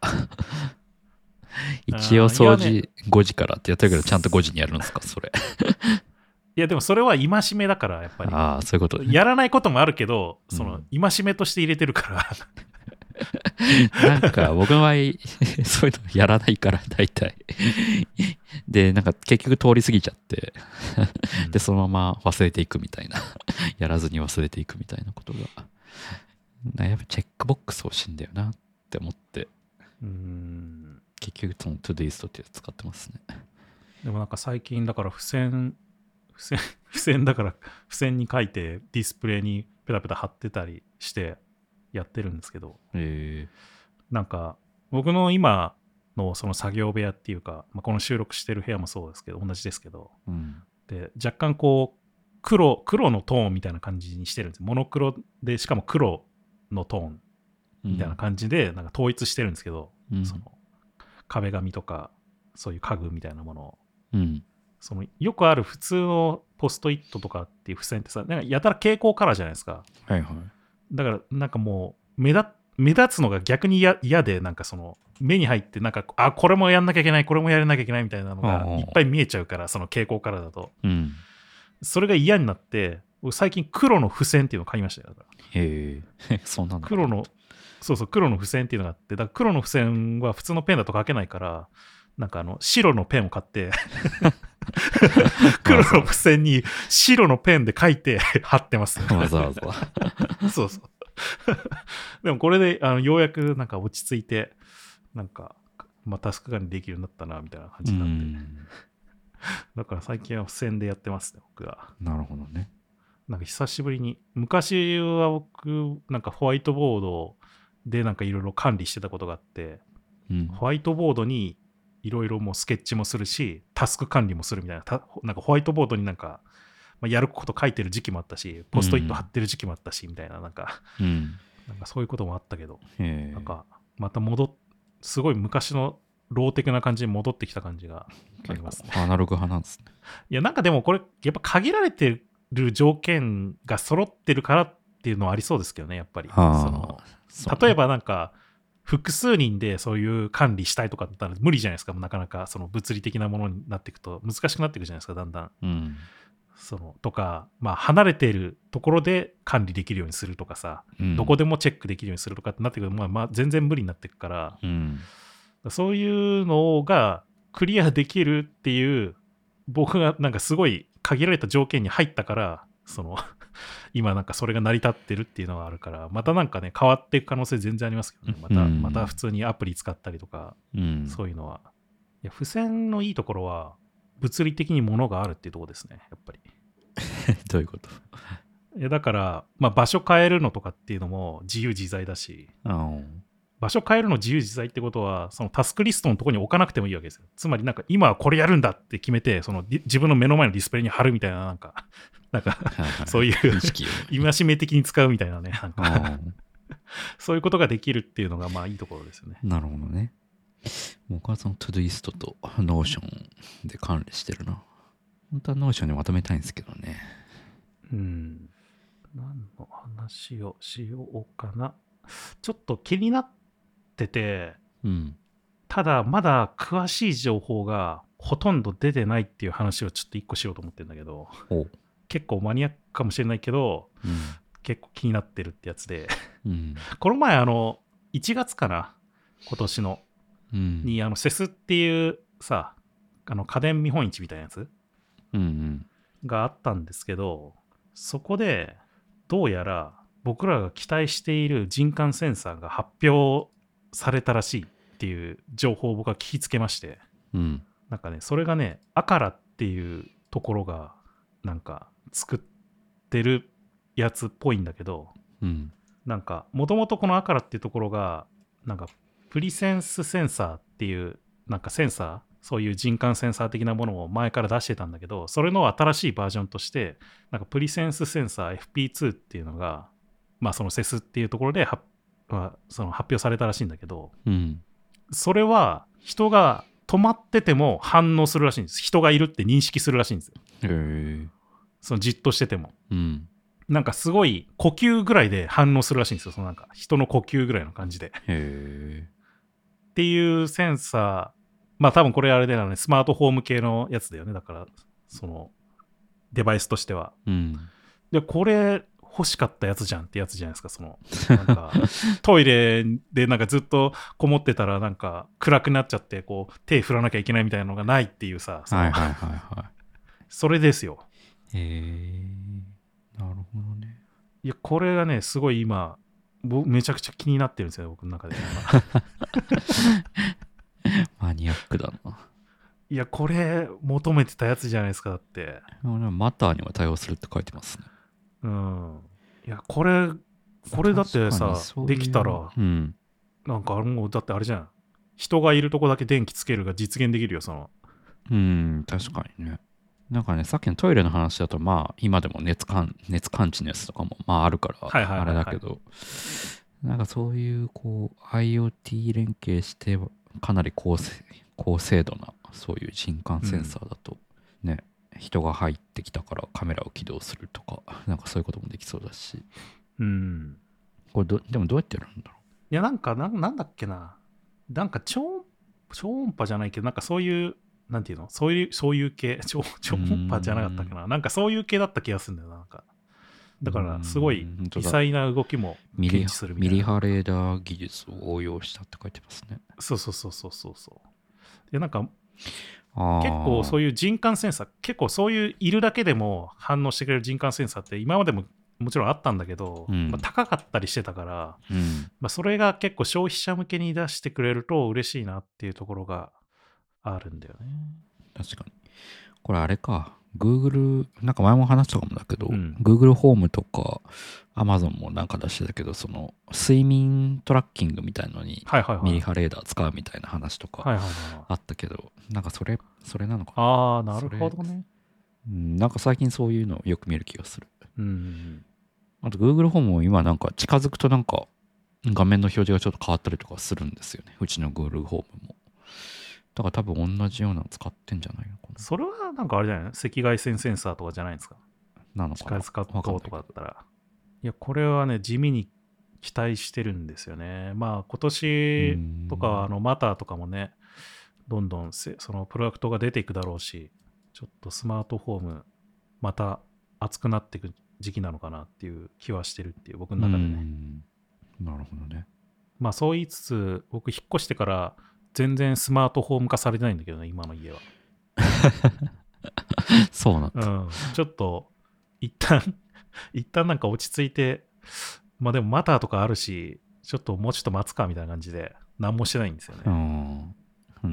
一応掃除ごじからってやってるけど、ちゃんとごじにやるんですか、それ。 いやでもそれは戒めだからやっぱり。 ああ、そういうことね。 やらないこともあるけど、その戒めとして入れてるからなんか僕の場合そういうのやらないから大体でなんか結局通り過ぎちゃってでそのまま忘れていくみたいなやらずに忘れていくみたいなことがやっぱチェックボックス欲しいんだよなって思って、うーん結局そのトゥドゥイストってやつ使ってますね。 でもなんか最近だから付箋付箋付箋だから付箋に書いてディスプレイにペタペタ貼ってたりしてやってるんですけど、 えー、なんか僕の今のその作業部屋っていうか、まあ、この収録してる部屋もそうですけど同じですけど、うん、で若干こう黒黒のトーンみたいな感じにしてるんですよ。モノクロでしかも黒のトーンみたいな感じでなんか統一してるんですけど、うん、その壁紙とかそういう家具みたいなものを、うん、そのよくある普通のポストイットとかっていう付箋ってさ、なんかやたら蛍光カラーじゃないですか。 はいはい。 だからなんかもう目立目立つのが逆に嫌で、なんかその目に入ってなんかあこれもやんなきゃいけないこれもやらなきゃいけないみたいなのがいっぱい見えちゃうから、その蛍光カラーだと、うん、それが嫌になって最近黒の付箋っていうのを買いましたよ。だからへえそうなんだ。 黒のそうそう黒の付箋っていうのがあって、だから黒の付箋は普通のペンだと書けないから、なんかあの白のペンを買って黒の付箋に白のペンで書いて貼ってます。 わざわざそうそうでもこれであのようやくなんか落ち着いてなんか、まあ、タスク管理できるようになったなみたいな感じになって、んだから最近は付箋でやってますね僕は。 なるほどね。 なんか久しぶりに、昔は僕なんかホワイトボードでなんかいろいろ管理してたことがあって、うん、ホワイトボードにいろいろもうスケッチもするしタスク管理もするみたいな、なんかホワイトボードになんか、まあ、やること書いてる時期もあったしポストイット貼ってる時期もあったし、うん、みたいななんか、うん、なんかそういうこともあったけど、なんかまた戻っすごい昔のローテクな感じに戻ってきた感じがありますね。 アナログ派なんですね。 いやなんかでもこれやっぱ限られてる条件が揃ってるからっていうのはありそうですけどねやっぱり。その例えばなんか複数人でそういう管理したいとかだったら無理じゃないですか。なかなかその物理的なものになっていくと難しくなっていくじゃないですかだんだん、うん、そのとか、まあ、離れているところで管理できるようにするとかさ、うん、どこでもチェックできるようにするとかってなってくると、まあ、まあ全然無理になっていくから、うん、そういうのがクリアできるっていう僕がなんかすごい限られた条件に入ったからその今なんかそれが成り立ってるっていうのがあるから、またなんかね変わっていく可能性全然ありますけどね。また、うん、また普通にアプリ使ったりとか、うん、そういうのは。いや付箋のいいところは物理的に物があるっていうところですねやっぱり。 どういうこと？ いやだから、まあ、場所変えるのとかっていうのも自由自在だし、場所変えるの自由自在ってことはそのタスクリストのところに置かなくてもいいわけですよ。つまりなんか今はこれやるんだって決めてその自分の目の前のディスプレイに貼るみたいななんかなんかそういう戒め的に使うみたいなねなんかそういうことができるっていうのがまあいいところですよね。 なるほどね。僕はそのトゥドゥイストとノーションで管理してるな。本当はノーションにまとめたいんですけどね。 うん。何の話をしようかな。ちょっと気になってて、うん、ただまだ詳しい情報がほとんど出てないっていう話をちょっと一個しようと思ってるんだけど、結構マニアックかもしれないけど、うん、結構気になってるってやつで、うん、この前あのいちがつかな今年の、うん、にあのセスっていうさあの家電見本市みたいなやつ、うんうん、があったんですけど、そこでどうやら僕らが期待している人感センサーが発表されたらしいっていう情報を僕は聞きつけまして、うん、 なんかね、それがね、アカラっていうところが、なんか作ってるやつっぽいんだけど、 うん、 なんか、もともとこのアカラっていうところが、なんか、プリセンスセンサーっていう、なんかセンサー、そういう人感センサー的なものを前から出してたんだけど、それの新しいバージョンとして、なんかプリセンスセンサー エフピーツー っていうのが、まあそのセスっていうところでは、まあ、その発表されたらしいんだけど、 うん、 それは人が止まってても反応するらしいんです。人がいるって認識するらしいんですよ。 へー。 そのじっとしてても。 うん、 なんかすごい呼吸ぐらいで反応するらしいんですよ。そのなんか人の呼吸ぐらいの感じで。 へー。 っていうセンサー、まあ多分これあれだよね、スマートホーム系のやつだよね。だから、そのデバイスとしては。 うん、 で、これ欲しかったやつじゃんってやつじゃないですか。その、なんかトイレでなんかずっとこもってたらなんか暗くなっちゃって、こう手振らなきゃいけないみたいなのがないっていうさ。 はいはいはいはい。 それですよ。 へー。なるほどね。 いや、これがね、すごい今、僕めちゃくちゃ気になってるんですよ、僕の中で。 マニアックだな。 いや、これ求めてたやつじゃないですか、だって。 マターには対応するって書いてますね。 うん。いや、これ、これだってさ、できたら、 うん、 なんかもう、だってあれじゃん。人がいるとこだけ電気つけるが実現できるよ、その。 うん、確かにね。なんかね、さっきのトイレの話だと、まあ、今でも熱感、熱感知のやつとかも、まあ、あるから、あれだけど、なんかそういう、こう、IoT 連携して、かなり高精、高精度な、そういう人感センサーだと、ね、うん、人が入ってきたからカメラを起動するとか、なんかそういうこともできそうだし。 うん。 これど、でもどうやってやるんだろう。 いや、なんか、な、なんだっけな。なんか超、超音波じゃないけど、なんかそういう、なんていうのそういう、そういう系、超、超音波じゃなかったっけな。なんかそういう系だった気がするんだよな。なんか。だから、すごい微細な動きも検知するみたいな。 ミリ波レーダー技術を応用したって書いてますね。 そうそうそうそうそうそう。で、なんか、結構そういう人感センサー、結構そういういるだけでも反応してくれる人感センサーって今までももちろんあったんだけど、うん、まあ、高かったりしてたから、うん、まあ、それが結構消費者向けに出してくれると嬉しいなっていうところがあるんだよね。 確かに。これあれか。Google、なんか前も話したかもだけど、うん、Google ホームとか Amazon もなんか出してたけど、その睡眠トラッキングみたいのにミリ波レーダー使うみたいな話とかあったけど、なんかそれ、それなのかな。 ああ、なるほどね。 うん、なんか最近そういうのよく見る気がする。 うん。 あと Google ホームも今なんか近づくとなんか画面の表示がちょっと変わったりとかするんですよね。うちの Google ホームも。だから多分同じようなの使ってんじゃないのかな。 それはなんかあれじゃないの？赤外線センサーとかじゃないですか。 なのかな。 近づかっとうとかだったら。いや、これはね、地味に期待してるんですよね。まあ今年とかはあのマターとかもね、どんどんそのプロダクトが出ていくだろうし、ちょっとスマートフォームまた熱くなっていく時期なのかなっていう気はしてるっていう僕の中でね。 なるほどね。 まあそう言いつつ、僕引っ越してから全然スマートフォーム化されてないんだけどね、今の家は。 そうなんだ。 うん。ちょっと、一旦、一旦なんか落ち着いて、まあでもマターとかあるし、ちょっともうちょっと待つかみたいな感じで、何もしてないんですよね。 うん。うん。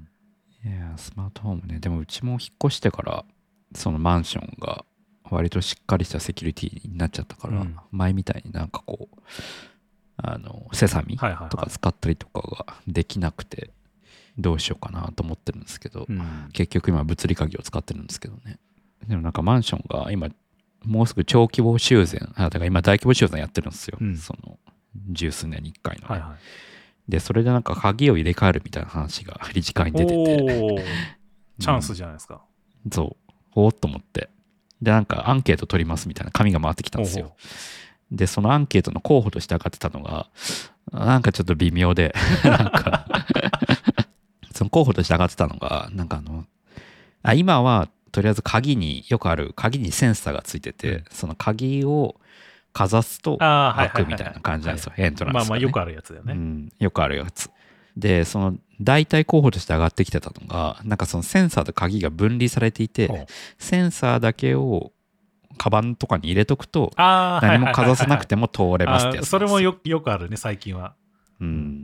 いや、スマートフォームね。でもうちも引っ越してから、そのマンションが割としっかりしたセキュリティになっちゃったから、うん、前みたいになんかこう、あのセサミとか使ったりとかができなくてどうしようかなと思ってるんですけど、うん、結局今物理鍵を使ってるんですけどね。でもなんかマンションが今もうすぐ超規模修繕、あ、だから今大規模修繕やってるんですよ、うん、その十数年にいっかいの、ね、はいはい、でそれでなんか鍵を入れ替えるみたいな話が理事会に出ててチャンスじゃないですか、 うん、そうおーっと思って、でなんかアンケート取りますみたいな紙が回ってきたんですよ。で、そのアンケートの候補として上がってたのが、なんかちょっと微妙で、なんか、その候補として上がってたのが、なんかあの、あ、今はとりあえず鍵に、よくある鍵にセンサーがついてて、うん、その鍵をかざすと開くみたいな感じなんですよ、エントランスが、ね。 まあまあよくあるやつだよね。 うん、よくあるやつ。で、その代替候補として上がってきてたのが、なんかそのセンサーと鍵が分離されていて、センサーだけをカバンとかに入れとくと何もかざさなくても通れますってやつ。 それもよ、よくあるね最近は。 うん。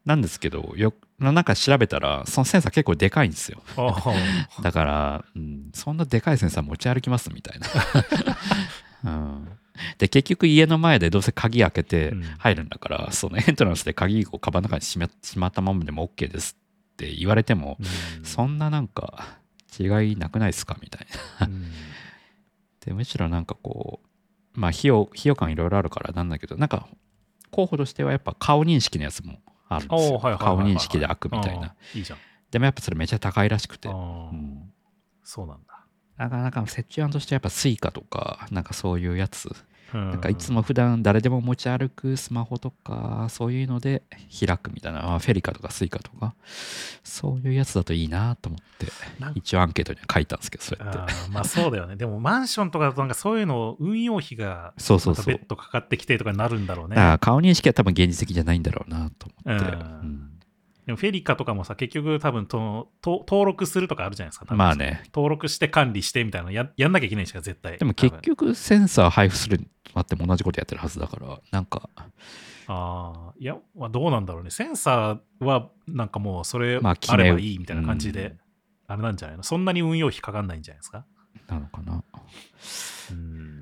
なんですけど、よなんか調べたらそのセンサー結構でかいんですよ。だから、うん、そんなでかいセンサー持ち歩きますみたいな、うん、で結局家の前でどうせ鍵開けて入るんだから、うん、そのエントランスで鍵をカバンの中にしま、しまったままでも OK ですって言われても、うん、そんななんか違いなくないですかみたいな、うん、でむしろなんかこうまあ費用費用感いろいろあるからなんだけど、なんか候補としてはやっぱ顔認識のやつもあるんですよ。顔認識で開くみたいな。 いいじゃん。 でもやっぱそれめっちゃ高いらしくて、うん、そうなんだ。 なかなか折衷案としてやっぱスイカとかなんかそういうやつ、なんかいつも普段誰でも持ち歩くスマホとかそういうので開くみたいな、フェリカとかスイカとかそういうやつだといいなと思って一応アンケートには書いたんですけど、そうやって。 あまあそうだよね。でもマンションとかだとなんかそういうの運用費がまた別途かかってきてとかになるんだろうね。 だから顔認識は多分現実的じゃないんだろうなと思って。うん、 でもフェリカとかもさ、結局多分とと登録するとかあるじゃないですか。 まあね。 登録して管理してみたいなの や, やんなきゃいけないしか絶対。 でも結局センサー配布するとなっても同じことやってるはずだから、なんか。 ああ、いや、まあ、どうなんだろうね。センサーはなんかもうそれあればいいみたいな感じで、あれなんじゃないの？そんなに運用費かかんないんじゃないですか？ なのかな。うん。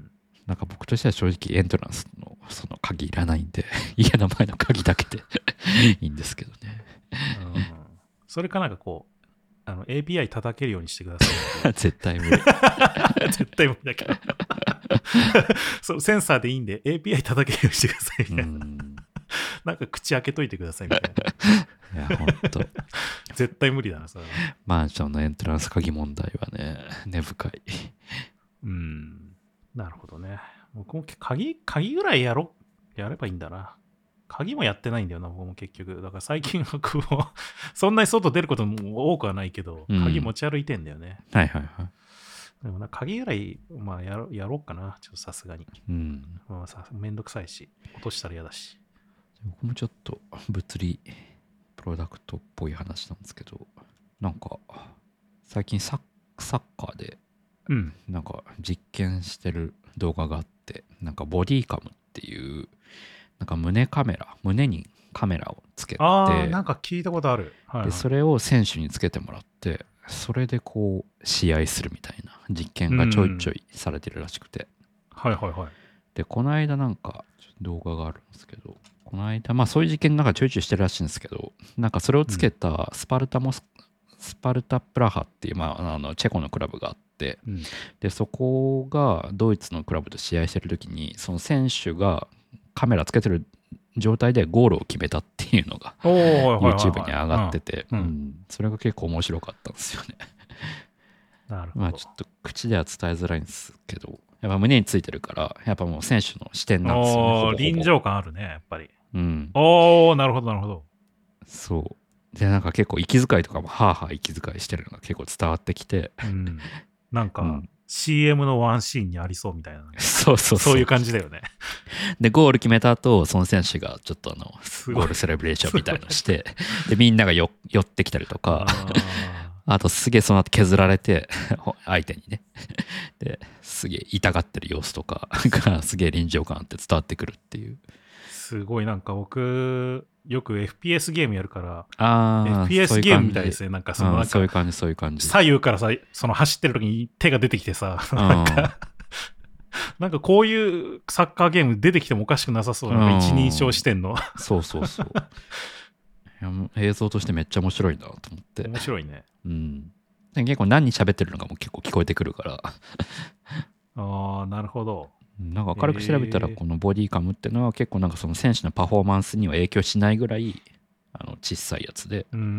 なんか僕としては正直エントランスのその鍵いらないんで、家の前の鍵だけでいいんですけどね。 うん、それかなんかこうあの エーピーアイ 叩けるようにしてください。絶対無理。 絶対無理だけどそうセンサーでいいんで エーピーアイ 叩けるようにしてくださいみたいな。んなんか口開けといてくださいみたいな。いやほんと絶対無理だなそれは。 マンションのエントランス鍵問題はね根深い。 うんなるほどね。僕も鍵鍵ぐらいやろやればいいんだな。鍵もやってないんだよな、僕も結局。だから最近はこう、そんなに外出ることも多くはないけど、うん、鍵持ち歩いてんだよね。 はいはいはい。 でもな、鍵ぐらい、まあやろ、やろうかな、ちょっとさすがに。うん。まあさ、めんどくさいし、落としたら嫌だし。 僕もちょっと物理プロダクトっぽい話なんですけど、なんか、最近サッ、サッカーで、うん、なんか実験してる動画があって、なんかボディカムっていう、なんか胸カメラ、胸にカメラをつけて、 ああ、なんか聞いたことある、 はいはい。で、それを選手につけてもらって、それでこう試合するみたいな実験がちょいちょいされてるらしくて、 うん、はいはいはい。 で、この間なんか動画があるんですけど、この間まあそういう実験なんかちょいちょいしてるらしいんですけど、なんかそれをつけたスパルタモス、うん、スパルタプラハっていう、まあ、あのチェコのクラブがあって、うん、でそこがドイツのクラブと試合してる時にその選手がカメラつけてる状態でゴールを決めたっていうのが YouTube に上がってて、それが結構面白かったんですよね。 なるほど。 まあちょっと口では伝えづらいんですけど、やっぱ胸についてるからやっぱもう選手の視点なんですよね。ほぼほぼ臨場感あるねやっぱり。 うん。 おおなるほどなるほど。 そうでなんか結構息遣いとかもハーハー息遣いしてるのが結構伝わってきて、 うん、なんか、うん、シーエム のワンシーンにありそうみたいな、ね、 そうそうそうそういう感じだよね。 でゴール決めた後その選手がちょっとあのゴールセレブレーションみたいなのしてでみんながよ寄ってきたりとか あ, あとすげえその後削られて相手にねですげえ痛がってる様子とかがすげえ臨場感あって伝わってくるっていう。 すごいなんか僕よく エフピーエス ゲームやるからあエフピーエス ゲームみたいですね。なんかそのなんかそういう感じそういう感じ左右からさその走ってる時に手が出てきてさなんかなんかこういうサッカーゲーム出てきてもおかしくなさそうな一人称視点のそうそうそういや映像としてめっちゃ面白いなと思って面白いね。 うん結構何喋ってるのかも結構聞こえてくるからああなるほど。 なんか軽く調べたらこのボディカムっていうのは結構なんかその選手のパフォーマンスには影響しないぐらいあの小さいやつで。 うーん。うん。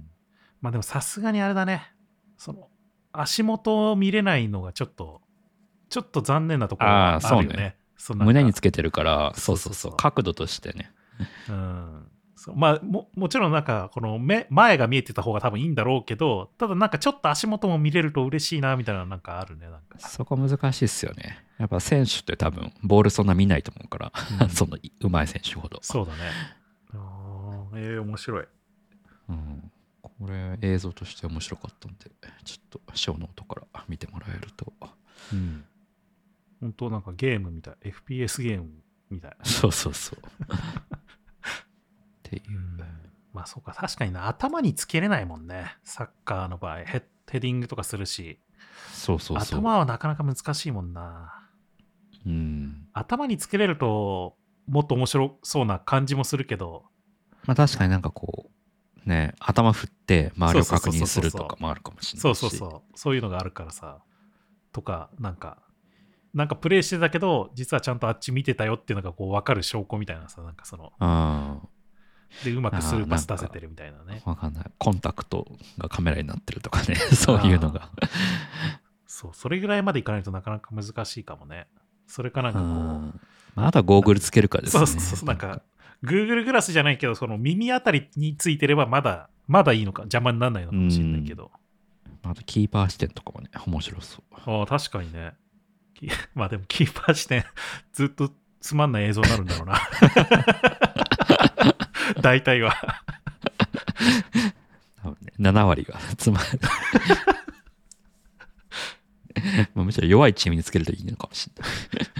まあでもさすがにあれだね。その足元を見れないのがちょっとちょっと残念なところがあるよね。 あそうね。胸につけてるからそうそうそう角度としてね。 うん。そうまあ、も, もちろんなんかこの目前が見えてた方が多分いいんだろうけどただなんかちょっと足元も見れると嬉しいなみたいななんかあるね。なんかそこ難しいっすよね。やっぱ選手って多分ボールそんな見ないと思うから、うん、その上手い選手ほど。 そうだね。あえー、面白い、 うん、これ映像として面白かったんでちょっとショーノートから見てもらえると、 うん、本当なんかゲームみたい エフピーエス ゲームみたいそうそうそうっていう、うん、 まあそうか、確かにな、頭につけれないもんね、サッカーの場合。ヘッヘディングとかするし、 そうそうそう、 頭はなかなか難しいもんな。 うん、 頭につけれるともっと面白そうな感じもするけど、 まあ確かになんかこうね、頭振って周りを確認するとかもあるかもしれないし、 そうそうそうそういうのがあるからさ、とかなんかなんかプレイしてたけど実はちゃんとあっち見てたよっていうのがこう分かる証拠みたいなさ、なんかその、 あでうまくスルーパス出せてるみたいなね。 わかんない、コンタクトがカメラになってるとかねそういうのがそう、それぐらいまでいかないとなかなか難しいかもね。それかなんかこう、 まあ、あとはゴーグルつけるかですね。 そうそうそう、なんか Google グラスじゃないけど、その耳あたりについてればまだまだいいのか、邪魔にならないのかもしれないけど、 あとキーパー視点とかもね面白そう。 ああ確かにね。まあでもキーパー視点ずっとつまんない映像になるんだろうな大体は多分ねなな割がつまんまあむしろ弱いチームにつけるといいのかもしれない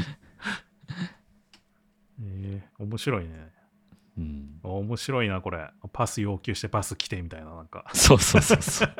えー、面白いね。うん、面白いなこれ。パス要求してパス来てみたいな、なんかそうそうそうそう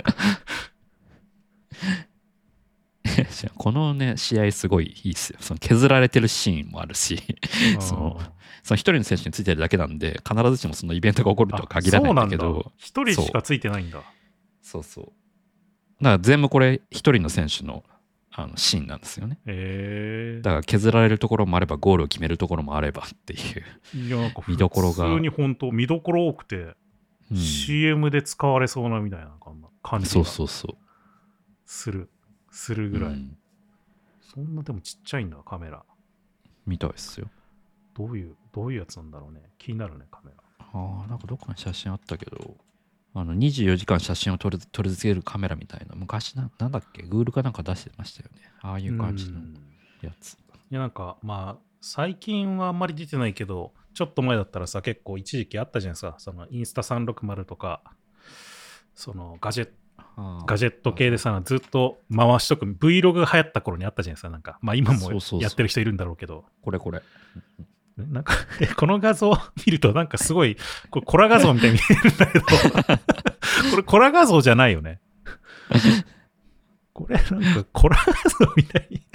このね試合すごいいいっすよ。その削られてるシーンもあるしそのその一人の選手についてるだけなんで必ずしもそのイベントが起こるとは限らないんだけど、 一人しかついてないんだ。 そうそう、だから全部これ一人の選手のあのシーンなんですよね。 へー。 だから削られるところもあればゴールを決めるところもあればっていういやなんか見どころが普通に本当見どころ多くて、うん、シーエム で使われそうなみたいな感じがそうそうそうするするぐらい、うん、そんなでもちっちゃいんだカメラみたいですよ。 どういうどういうやつなんだろうね、気になるねカメラ。 ああなんかどっかに写真あったけど、あのにじゅうよじかん写真を撮り続けるカメラみたいな、昔 な, なんだっけ Google かなんか出してましたよね、ああいう感じのやつ。いやなんかまあ最近はあんまり出てないけど、ちょっと前だったらさ結構一時期あったじゃないですか、そのインスタさんろくまるとかそのガジェットガジェット系でさずっと回しとく Vlog が流行った頃にあったじゃないですか。なんかまあ今もやってる人いるんだろうけど、 これこれなんかこの画像見るとなんかすごいこれコラ画像みたいに見えるんだけどこれコラ画像じゃないよねこれなんかコラ画像みたいに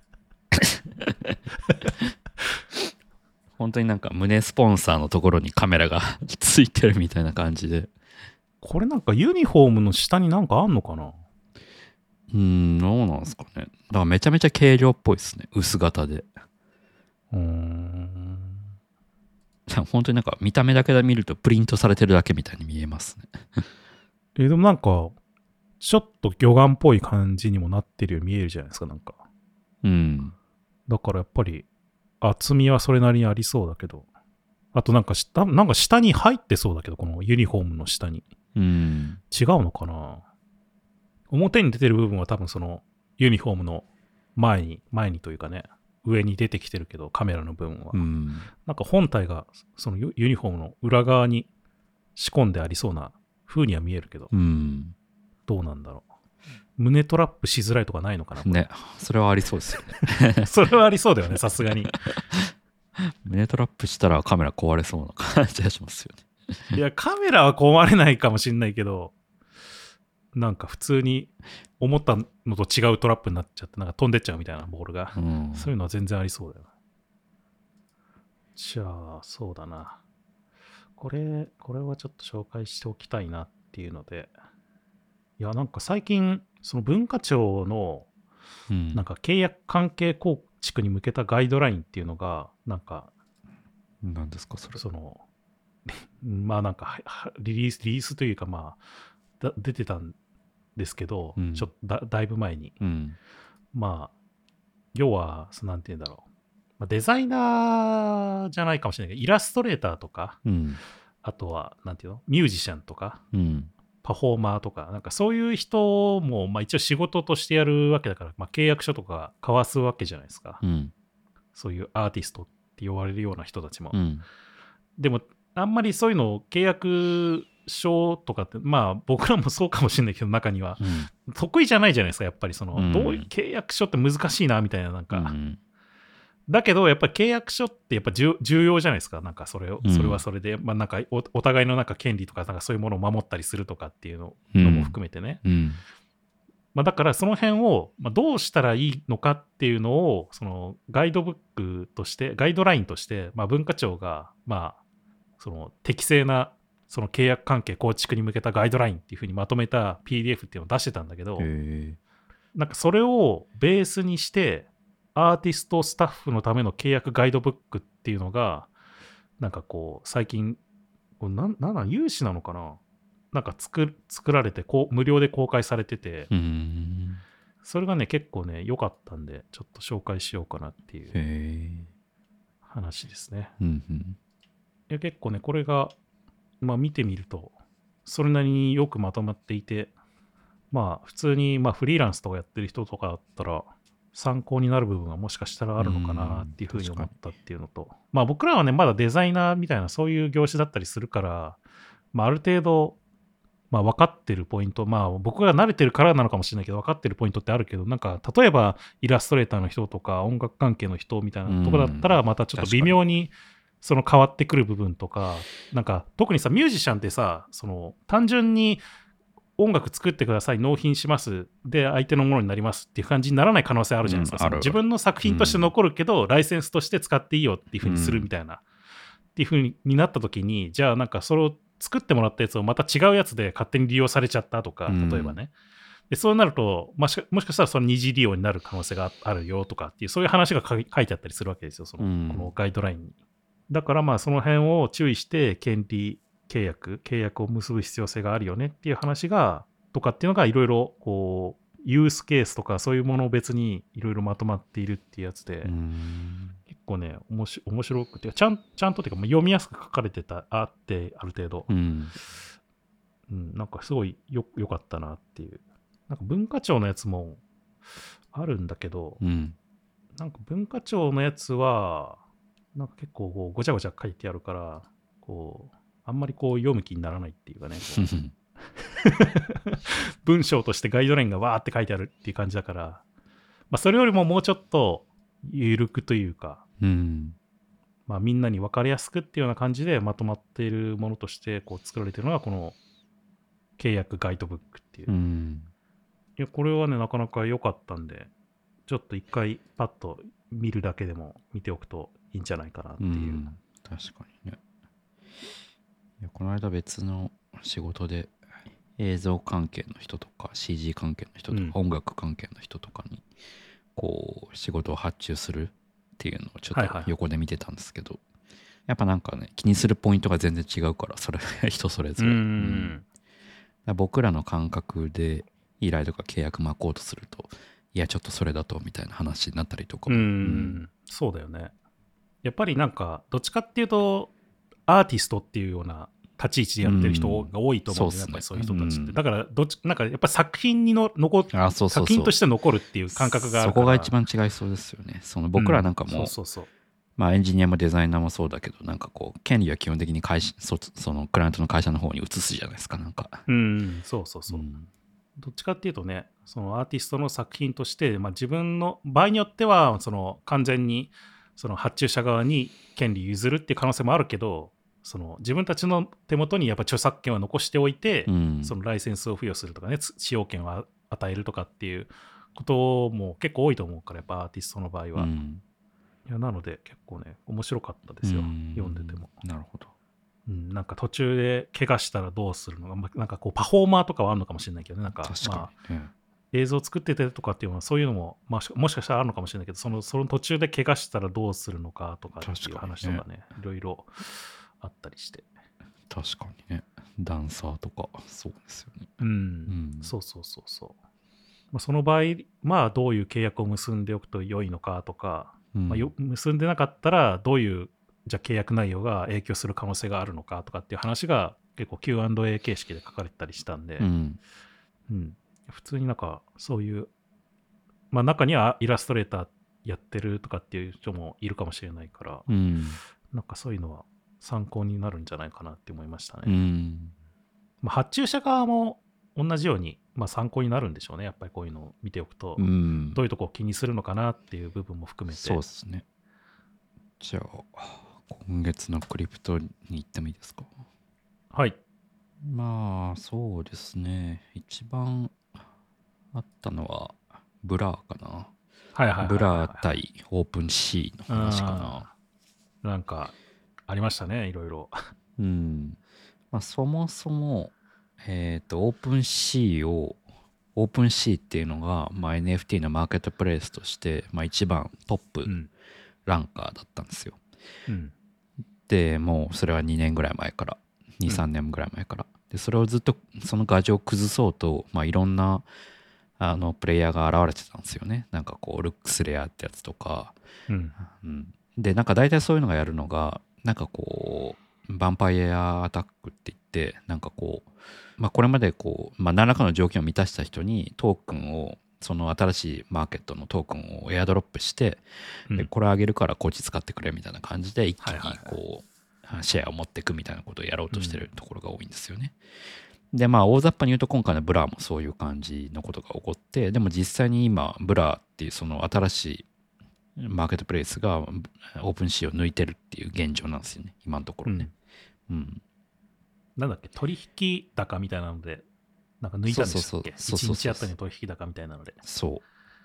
本当になんか胸スポンサーのところにカメラがついてるみたいな感じで、 これなんかユニフォームの下になんかあんのかな。 うーんどうなんですかね。だからめちゃめちゃ軽量っぽいですね、薄型で。うーん本当になんか見た目だけで見るとプリントされてるだけみたいに見えますねえでもなんかちょっと魚眼っぽい感じにもなってるように見えるじゃないですか、なんか。 うんだからやっぱり厚みはそれなりにありそうだけど、あとなんか下なんか下に入ってそうだけど、このユニフォームの下に、うん、違うのかな。表に出てる部分は多分そのユニフォームの前に前にというかね、上に出てきてるけどカメラの部分は、うん、なんか本体がそのユニフォームの裏側に仕込んでありそうな風には見えるけど、うん、どうなんだろう。胸トラップしづらいとかないのかなね。それはありそうですよねそれはありそうだよね、さすがに胸トラップしたらカメラ壊れそうな感じがしますよねいやカメラは壊れないかもしれないけど、なんか普通に思ったのと違うトラップになっちゃってなんか飛んでっちゃうみたいなボールが、うん、そういうのは全然ありそうだよ。じゃあそうだな、これこれはちょっと紹介しておきたいなっていうので、いやなんか最近その文化庁のなんか契約関係構築に向けたガイドラインっていうのがなんか何ですかそれ。 そのまあなんかリリースリリースというかまあだ出てたんですけど、うん、ちょっと だ, だいぶ前に、うん、まあ要はなんて言うんだろう、まあ、デザイナーじゃないかもしれないけどイラストレーターとか、うん、あとはなんていうのミュージシャンとか、うん、パフォーマーとかなんかそういう人もまあ一応仕事としてやるわけだから、まあ、契約書とか交わすわけじゃないですか、うん、そういうアーティストって呼ばれるような人たちも、うん、でもあんまりそういうのを契約書とかってまあ僕らもそうかもしれないけど中には、うん、得意じゃないじゃないですかやっぱりその、うん、どういう契約書って難しいなみたいななんか、うん、 だけどやっぱり契約書ってやっぱ重要じゃないですか。なんかそれを、それはそれで、うん、まあなんか お, お互いのなんか権利とかなんかそういうものを守ったりするとかっていうのも含めてね。 うんうんまあ、だからその辺をどうしたらいいのかっていうのをそのガイドブックとしてガイドラインとしてまあ文化庁がまあその適正なその契約関係構築に向けたガイドラインっていう風にまとめた ピーディーエフ っていうのを出してたんだけど、なんかそれをベースにしてアーティストスタッフのための契約ガイドブックっていうのがなんかこう最近これなんなん有志なのかな、なんか 作, 作られてこう無料で公開されてて、 うん、 それがね結構ね良かったんでちょっと紹介しようかなっていう話ですね。 うんうん、いや結構ねこれが、まあ、見てみるとそれなりによくまとまっていて、まあ普通にまあフリーランスとかやってる人とかだったら参考になる部分はもしかしたらあるのかなっていうふうに思ったっていうのと、まあ僕らはねまだデザイナーみたいなそういう業種だったりするから、まあ、ある程度まあ分かってるポイント、まあ僕が慣れてるからなのかもしれないけど分かってるポイントってあるけど、なんか例えばイラストレーターの人とか音楽関係の人みたいなとこだったらまたちょっと微妙にその変わってくる部分とか、なんか特にさミュージシャンってさその単純に音楽作ってください納品しますで相手のものになりますっていう感じにならない可能性あるじゃないですか、うん、その自分の作品として残るけど、うん、ライセンスとして使っていいよっていう風にするみたいな、うん、っていう風になった時にじゃあなんかそれを作ってもらったやつをまた違うやつで勝手に利用されちゃったとか、例えばね、うん、でそうなると、まあ、もしかしたらその二次利用になる可能性があるよとかっていうそういう話が書いてあったりするわけですよ、その、うん、このガイドラインに。だからまあその辺を注意して権利契約契約を結ぶ必要性があるよねっていう話がとかっていうのがいろいろこうユースケースとかそういうものを別にいろいろまとまっているっていうやつで、うん、結構ね面白面白くてちゃんちゃんとっていうか読みやすく書かれてたあってある程度、うんうん、なんかすごいよ良かったなっていう。なんか文化庁のやつもあるんだけど、うん、なんか文化庁のやつはなんか結構こうごちゃごちゃ書いてあるからこうあんまりこう読む気にならないっていうかね文章としてガイドラインがわーって書いてあるっていう感じだから、まあ、それよりももうちょっと緩くというか、うんまあ、みんなに分かりやすくっていうような感じでまとまっているものとしてこう作られているのがこの契約ガイドブックっていう、うん、いやこれはねなかなか良かったんでちょっと一回パッと見るだけでも見ておくといいんじゃないかなっていう、うん、 確かにね。いやこの間別の仕事で映像関係の人とか シージー 関係の人とか、うん、音楽関係の人とかにこう仕事を発注するっていうのをちょっと横で見てたんですけど、はいはい、やっぱなんかね気にするポイントが全然違うからそれ人それぞれ、うん、だ僕らの感覚で依頼とか契約巻こうとするといやちょっとそれだとみたいな話になったりとかも、うんうん、 そうだよね。やっぱりなんかどっちかっていうとアーティストっていうような立ち位置でやってる人が多いと思うんで、うん、やっぱりそういう人たちって、うん、だからどっちなんかやっぱり作品にの残る作品として残るっていう感覚があるから、 そこが一番違いそうですよね。その僕らなんかも、うん、そうそうそうまあエンジニアもデザイナーもそうだけどなんかこう権利は基本的に会社 そ, そのクライアントの会社の方に移すじゃないですかなんか。 うんそうそうそう。うん、どっちかっていうとねそのアーティストの作品として、まあ、自分の場合によってはその完全にその発注者側に権利譲るっていう可能性もあるけど。その自分たちの手元にやっぱ著作権を残しておいて、うん、そのライセンスを付与するとかね使用権を与えるとかっていうことも結構多いと思うからやっぱアーティストの場合は、うん、いやなので結構ね面白かったですよ、うん、読んでても。 なるほど、 うん、なんか途中で怪我したらどうするのかなんかこうパフォーマーとかはあるのかもしれないけどねなんか確かに、ねまあ、 映像作っててとかっていうのはそういうのも、まあ、もしかしたらあるのかもしれないけどそのその途中で怪我したらどうするのかとかっていう話とかねいろいろあったりして確かにねダンサーとかそうですよねうん、うん、そうそうそうそう、まあ、その場合まあどういう契約を結んでおくと良いのかとか、うんまあ、よ結んでなかったらどういうじゃあ契約内容が影響する可能性があるのかとかっていう話が結構 キューアンドエー 形式で書かれてたりしたんで、うんうん、普通になんかそういうまあ中にはイラストレーターやってるとかっていう人もいるかもしれないから、うん、なんかそういうのは参考になるんじゃないかなって思いましたね。うんまあ、発注者側も同じように、まあ、参考になるんでしょうね。やっぱりこういうのを見ておくと、うん、どういうとこを気にするのかなっていう部分も含めて。 そうですね。 じゃあ今月のクリプトに行ってもいいですか？ はい。 まあそうですね、一番あったのはブラーかな。 はいはいはいはい、はい、 ブラー対オープンシーの話かな。なんかありましたね、いろいろ。 うん。まあそもそもえっ、ー、とオープンシーをオープンシーっていうのが、まあ、エヌエフティー のマーケットプレイスとして、まあ、一番トップランカーだったんですよ。うん、でもうそれはにねんぐらい前からにさんねんぐらい前から、でそれをずっとその牙城を崩そうと、まあ、いろんなあのプレイヤーが現れてたんですよね。なんかこうルックスレアってやつとか、うんうん、でなんか大体そういうのがやるのがなんかこうヴァンパイアアタックって言ってなんかこう、まあ、これまでこう、まあ、何らかの条件を満たした人にトークンをその新しいマーケットのトークンをエアドロップして、うん、でこれあげるからこっち使ってくれみたいな感じで一気にこう、はいはいはい、シェアを持っていくみたいなことをやろうとしてるところが多いんですよね。うん、でまあ大雑把に言うと今回のブラーもそういう感じのことが起こって、でも実際に今ブラーっていうその新しいマーケットプレイスがオープンシーを抜いてるっていう現状なんですよね、今のところね。うん。うん、 なんだっけ、取引高みたいなので、なんか抜いたんでしたっけ？いちにちあたりの取引高みたいなので。 そう、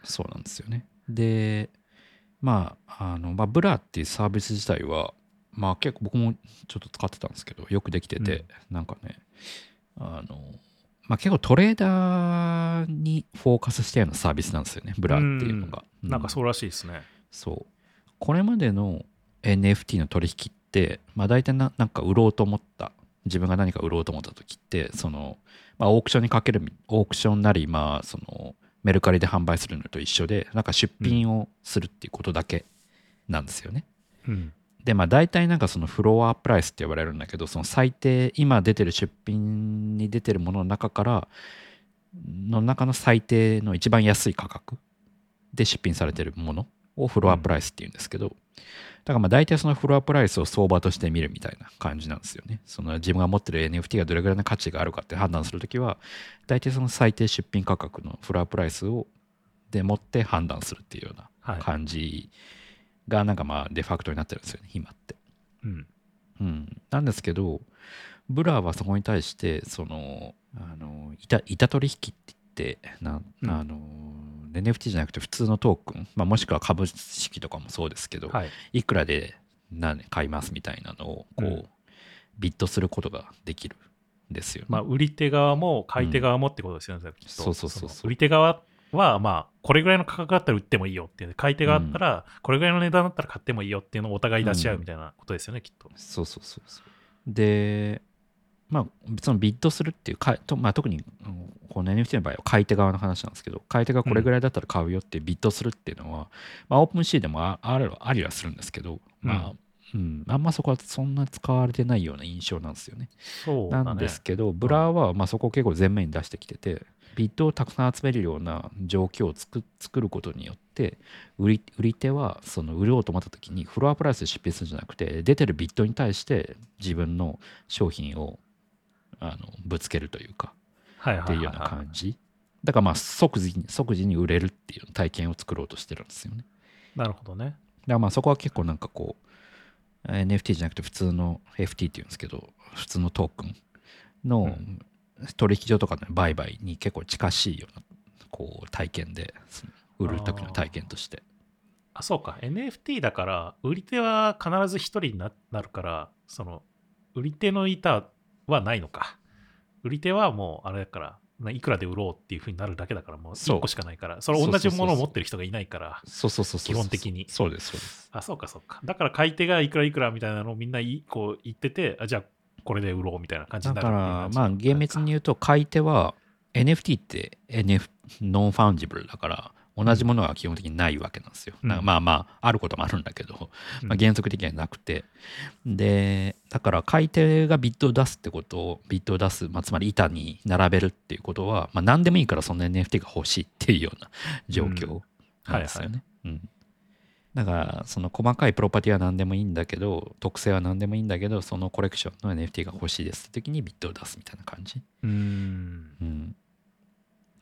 そうなんですよね。で、まあ、あの、まあ、ブラっていうサービス自体は、まあ結構僕もちょっと使ってたんですけど、よくできてて、うん、なんかね、あの、まあ結構トレーダーにフォーカスしたようなサービスなんですよね、ブラっていうのが。 うん、なんかそうらしいですね。 そう。これまでの エヌエフティー の取引って、まあ大体な、なんか売ろうと思った、自分が何か売ろうと思った時って、その、まあオークションにかける、オークションなり、まあその、メルカリで販売するのと一緒で、なんか出品をするっていうことだけなんですよね。うん、で、まあ大体なんかそのフロアプライスって呼ばれるんだけど、その最低、今出てる出品に出てるものの中から、の中の最低の一番安い価格で出品されてるものをフロアプライスっていうんですけど、うん、だからまあ大体そのフロアプライスを相場として見るみたいな感じなんですよね。その自分が持ってる エヌエフティー がどれぐらいの価値があるかって判断するときは、大体その最低出品価格のフロアプライスをでもって判断するっていうような感じがなんかまあデファクトになってるんですよね、今って。うん。うん、なんですけど、ブラーはそこに対して、その、あの、板、板取引って言って、なあの、うん、エヌエフティー じゃなくて普通のトークン、まあ、もしくは株式とかもそうですけど、はい、いくらで何買いますみたいなのをこう、うん、ビットすることができるんですよね。 まあ、売り手側も買い手側もってことですよね、うん、 きっと。そうそうそうそう。 売り手側は、まあ、これぐらいの価格だったら売ってもいいよっていう、買い手があったら、これぐらいの値段だったら買ってもいいよっていうのをお互い出し合うみたいなことですよね、うん、きっと。 そうそうそうそう。で、まあ、そのビットするっていうかと、まあ、特にこの エヌエフティー の場合は買い手側の話なんですけど、買い手がこれぐらいだったら買うよってビットするっていうのは、うん、まあ、オープンシーでもああるありはするんですけど、まあうん、あんまそこはそんな使われてないような印象なんですよね。 そうだね。 なんですけど、ブラーはまあそこを結構前面に出してきてて、ビットをたくさん集めるような状況を作作ることによって、売り売り手はその売ろうと思った時にフロアプライスで出品するんじゃなくて、出てるビットに対して自分の商品をあのぶつけるというか、っていうような感じ。だからまあ即時に即時に売れるっていう体験を作ろうとしてるんですよね。 なるほどね。だからまあそこは結構なんかこう エヌエフティー じゃなくて普通の エフティー っていうんですけど、普通のトークンの取引所とかの売買に結構近しいようなこう体験で、売る時の体験として。 あ、そうか。エヌエフティー だから売り手は必ず一人になるから、その売り手の板はないのか。売り手はもうあれだからいくらで売ろうっていう風になるだけだから、もういっこしかないから、それ同じものを持ってる人がいないから、 そうそうそうそう、 基本的に。 そうですそうです。 あ、そうかそうか。だから買い手がいくらいくらみたいなのをみんなこう言ってて、あ、じゃあこれで売ろうみたいな感じになる。 だからまあ厳密に言うと買い手は エヌエフティー って エヌエフ ノンファンジブルだから同じものは基本的にないわけなんですよ。うん、まあまああることもあるんだけど、まあ、原則的にはなくて、でだから買い手がビットを出すってことをビットを出す、まあ、つまり板に並べるっていうことは、まあ、何でもいいからその エヌエフティー が欲しいっていうような状況なんですよね。だからその細かいプロパティは何でもいいんだけど、特性は何でもいいんだけど、そのコレクションの エヌエフティー が欲しいですって時にビットを出すみたいな感じ。うん、うん、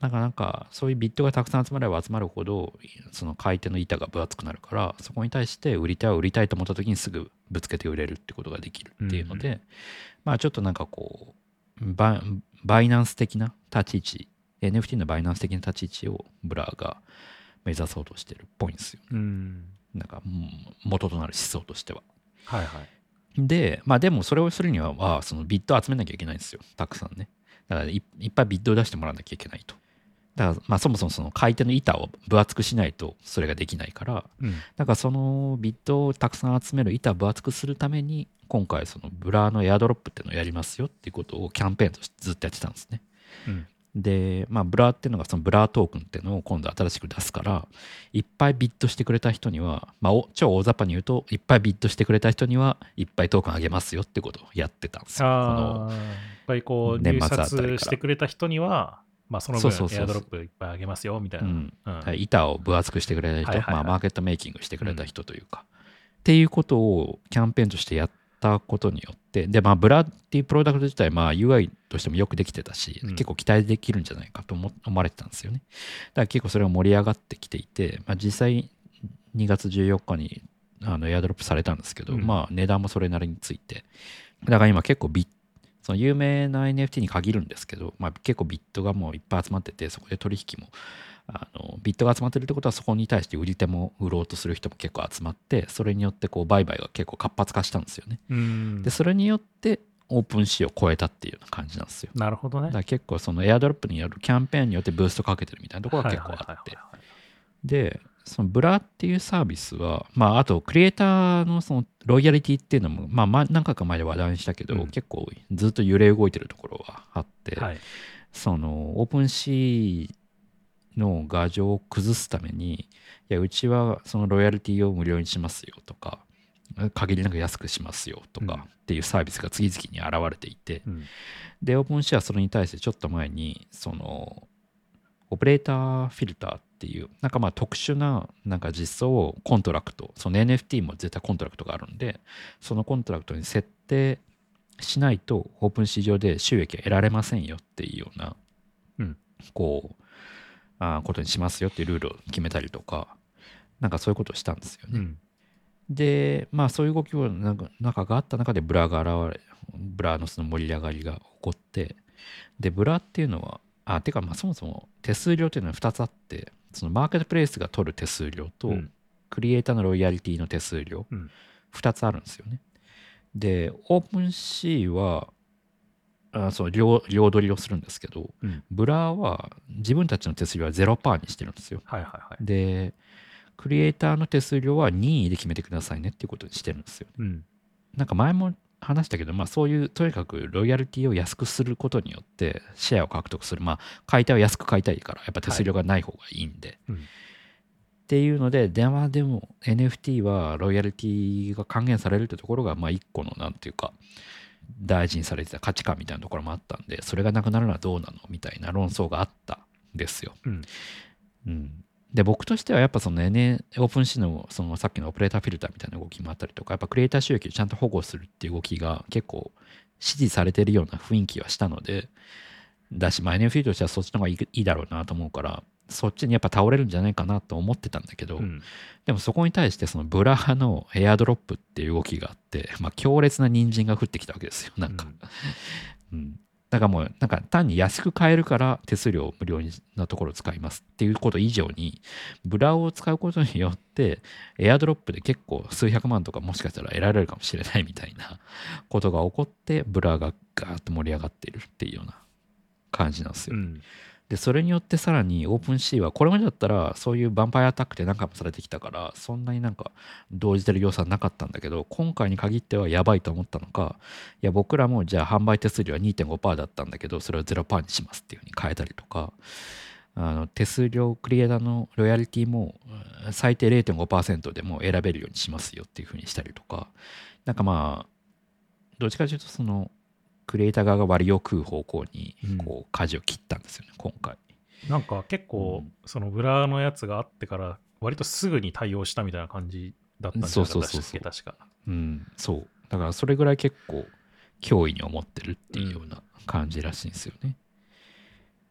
なんかなんかそういうビットがたくさん集まれば集まるほどその買い手の板が分厚くなるから、そこに対して売り手は売りたいと思った時にすぐぶつけて売れるってことができるっていうので、うん、まあちょっとなんかこうババイナンス的な立ち位置、 エヌエフティー のバイナンス的な立ち位置をブラが目指そうとしてるっぽいんですよ、 うん、 なんか元となる思想としては。 はいはい。 でまあでもそれをするには、まあ、そのビットを集めなきゃいけないんですよ、たくさんね。だから い, いっぱいビットを出してもらわなきゃいけないと。だからまあそもそもその買い手の板を分厚くしないとそれができないから、うん、だからそのビットをたくさん集める板を分厚くするために今回そのブラのエアドロップっていうのをやりますよっていうことをキャンペーンとしてずっとやってたんですね、うん、でまあブラっていうのがそのブラトークンっていうのを今度新しく出すから、いっぱいビットしてくれた人には、まあ超大雑把に言うといっぱいビットしてくれた人にはいっぱいトークンあげますよってことをやってたんですよ。 ああ、いっぱいこう入札してくれた人にはまあその分エアドロップいっぱいあげますよみたいな。うんうん、板を分厚くしてくれた人、はいはいはい、まあ、マーケットメイキングしてくれた人というか、うん、っていうことをキャンペーンとしてやったことによって、でまあブラっていうプロダクト自体、まあ ユーアイ としてもよくできてたし、うん、結構期待できるんじゃないかと思われてたんですよね。だから結構それが盛り上がってきていて、まあ、実際にがつじゅうよっかにあのエアドロップされたんですけど、うん、まあ値段もそれなりについて、だから今結構ビッその有名な エヌエフティー に限るんですけど、まあ、結構ビットがもういっぱい集まってて、そこで取引もあのビットが集まってるってことは、そこに対して売り手も売ろうとする人も結構集まって、それによってこう売買が結構活発化したんですよね。でそれによってオープンシーを超えたっていうような感じなんですよ。 なるほどね。 だから結構そのエアドロップによるキャンペーンによってブーストかけてるみたいなところが結構あって、でそのブラっていうサービスは、まあ、あとクリエイターのそのロイヤリティっていうのも、まあ、何回か前で話題にしたけど、うん、結構ずっと揺れ動いてるところはあって、はい、そのオープンシーの牙城を崩すために、いやうちはそのロイヤリティを無料にしますよとか、限りなく安くしますよとかっていうサービスが次々に現れていて、うん、でオープンシーはそれに対してちょっと前にそのオペレーターフィルターっていうなんかまあ特殊ななんか実装をコントラクト、その エヌエフティー も絶対コントラクトがあるんで、そのコントラクトに設定しないとオープン市場で収益が得られませんよっていうような、うん、こうあことにしますよっていうルールを決めたりとか、なんかそういうことをしたんですよね。うん、でまあそういう動きをなんか中があった中でブラが現れ、ブラのその盛り上がりが起こって、でブラっていうのはあてかまあそもそも手数料っていうのはふたつあって、そのマーケットプレイスが取る手数料と、うん、クリエイターのロイヤリティの手数料、うん、ふたつあるんですよね。でオープンシーはあそう 両, 両取りをするんですけど、うん、ブラは自分たちの手数料は ゼロパーセント にしてるんですよ。 はいはいはい、 でクリエイターの手数料は任意で決めてくださいねっていうことにしてるんですよ、ね。うん、なんか前も話したけど、まあ、そういうとにかくロイヤリティを安くすることによってシェアを獲得する、まあ買い手は安く買いたいからやっぱ手数料がない方がいいんで、はい、うん、っていうのででもでも エヌエフティー はロイヤリティが還元されるってところがまあ一個のなんていうか大事にされてた価値観みたいなところもあったんで、それがなくなるのはどうなのみたいな論争があったんですよ。うん、うん、で僕としてはやっぱその N オープンシーのそのさっきのオペレーターフィルターみたいな動きもあったりとか、やっぱクリエイター収益をちゃんと保護するっていう動きが結構支持されてるような雰囲気はしたので、だし、まあ、エヌエフティー としてはそっちの方がいい、いいだろうなと思うから、そっちにやっぱ倒れるんじゃないかなと思ってたんだけど、うん、でもそこに対してそのブラハのエアドロップっていう動きがあって、まあ、強烈な人参が降ってきたわけですよ、なんか。うん、うんだからもうなんか単に安く買えるから手数料無料なところを使いますっていうこと以上に、ブラを使うことによってエアドロップで結構数百万とかもしかしたら得られるかもしれないみたいなことが起こって、ブラがガーッと盛り上がっているっていうような感じなんですよ。うん、でそれによってさらにオープンシーはこれまでだったらそういうヴァンパイアアタックって何回もされてきたからそんなになんか動じてる要素はなかったんだけど、今回に限ってはやばいと思ったのか、いや僕らもじゃあ販売手数料は にてんごパーセント だったんだけどそれを ゼロパーセント にしますっていう風に変えたりとか、あの手数料クリエイターのロイヤリティも最低 れいてんごパーセント でも選べるようにしますよっていう風にしたりとか、なんかまあどっちかというとそのクリエイター側が割を食う方向にこう舵を切ったんですよね、うん、今回。 なんか結構、うん、そのブラのやつがあってから割とすぐに対応したみたいな感じだったんじゃなかったっけ、確か。 うん、そうだからそれぐらい結構脅威に思ってるっていうような感じらしいんですよね。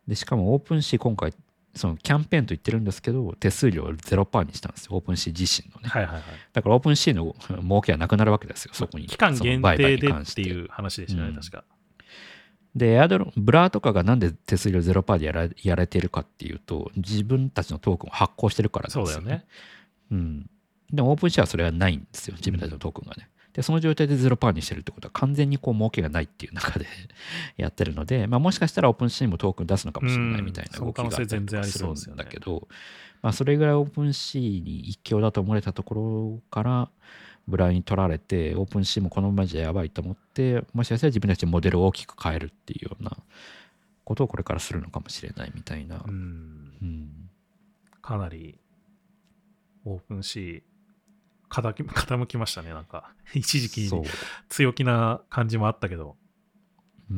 でしかもオープンシー今回そのキャンペーンと言ってるんですけど手数料 ゼロパーセント にしたんですよ、オープンシー自身のね、 はいはいはい、 だからオープンシーの儲けはなくなるわけですよ、そこに期間限定でっていう話でしたね、うん、確か。 でエアドロブラーとかがなんで手数料 ゼロパーセント でやらやれてるかっていうと自分たちのトークンを発行してるからなんですよね。 そうだよね、 うん、でもオープンシーはそれはないんですよ、自分たちのトークンがね。でその状態で ゼロパーセント にしてるってことは完全にこう儲けがないっていう中でやってるので、まあ、もしかしたらオープンシーもトークン出すのかもしれないみたいな動きがあったりとかするんだけど、まあ、それぐらいオープンシーに一強だと思われたところからブラに取られて、オープンシーもこのままじゃやばいと思って、もしかしたら自分たちでモデルを大きく変えるっていうようなことをこれからするのかもしれないみたいな。 うん、うん、かなりオープンシー傾きましたね、なんか一時期強気な感じもあったけど、 うん、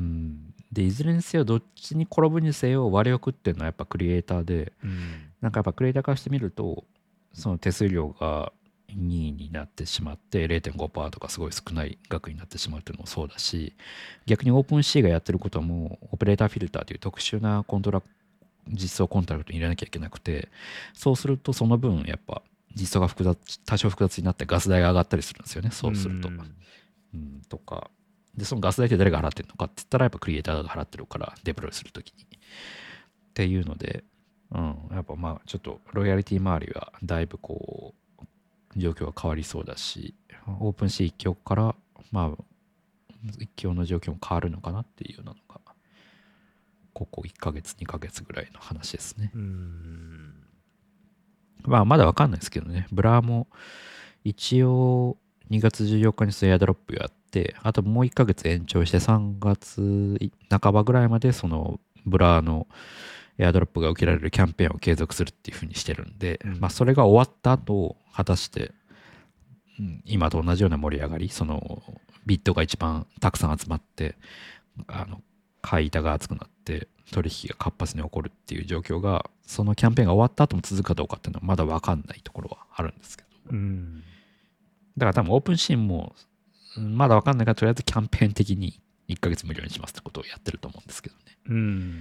でいずれにせよどっちに転ぶにせよ割を食ってるのはやっぱクリエイターで、うん、なんかやっぱクリエイターからしてみるとその手数料がにいになってしまって れいてんごパーセント とかすごい少ない額になってしまうというのもそうだし、逆にオープンシーがやってることもオペレーターフィルターという特殊なコントラ実装コントラクトに入れなきゃいけなくて、そうするとその分やっぱ実装が複雑多少複雑になってガス代が上がったりするんですよね、そうすると。うん、うん、とかでそのガス代って誰が払ってるのかって言ったらやっぱクリエイターが払ってるからデプロイするときにっていうので、うん、やっぱまあちょっとロイヤリティ周りはだいぶこう状況が変わりそうだし、オープンシー一強からまあ一強の状況も変わるのかなっていうようなのがここいっかげつにかげつぐらいの話ですね。 うーん、 まあまだわかんないですけどね。ブラーも一応にがつじゅうよっかにエアドロップやって、あともういっかげつ延長してさんがつなかばぐらいまでそのブラーのエアドロップが受けられるキャンペーンを継続するっていう風にしてるんで、うん、まあそれが終わった後果たして、うん、今と同じような盛り上がり、そのビットが一番たくさん集まってあの買い板が厚くなって取引が活発に起こるっていう状況がそのキャンペーンが終わった後も続くかどうかっていうのはまだ分かんないところはあるんですけど、 うん、 だから多分オープンシーンもまだ分かんないからとりあえずキャンペーン的にいっかげつ無料にしますってことをやってると思うんですけどね。 うん、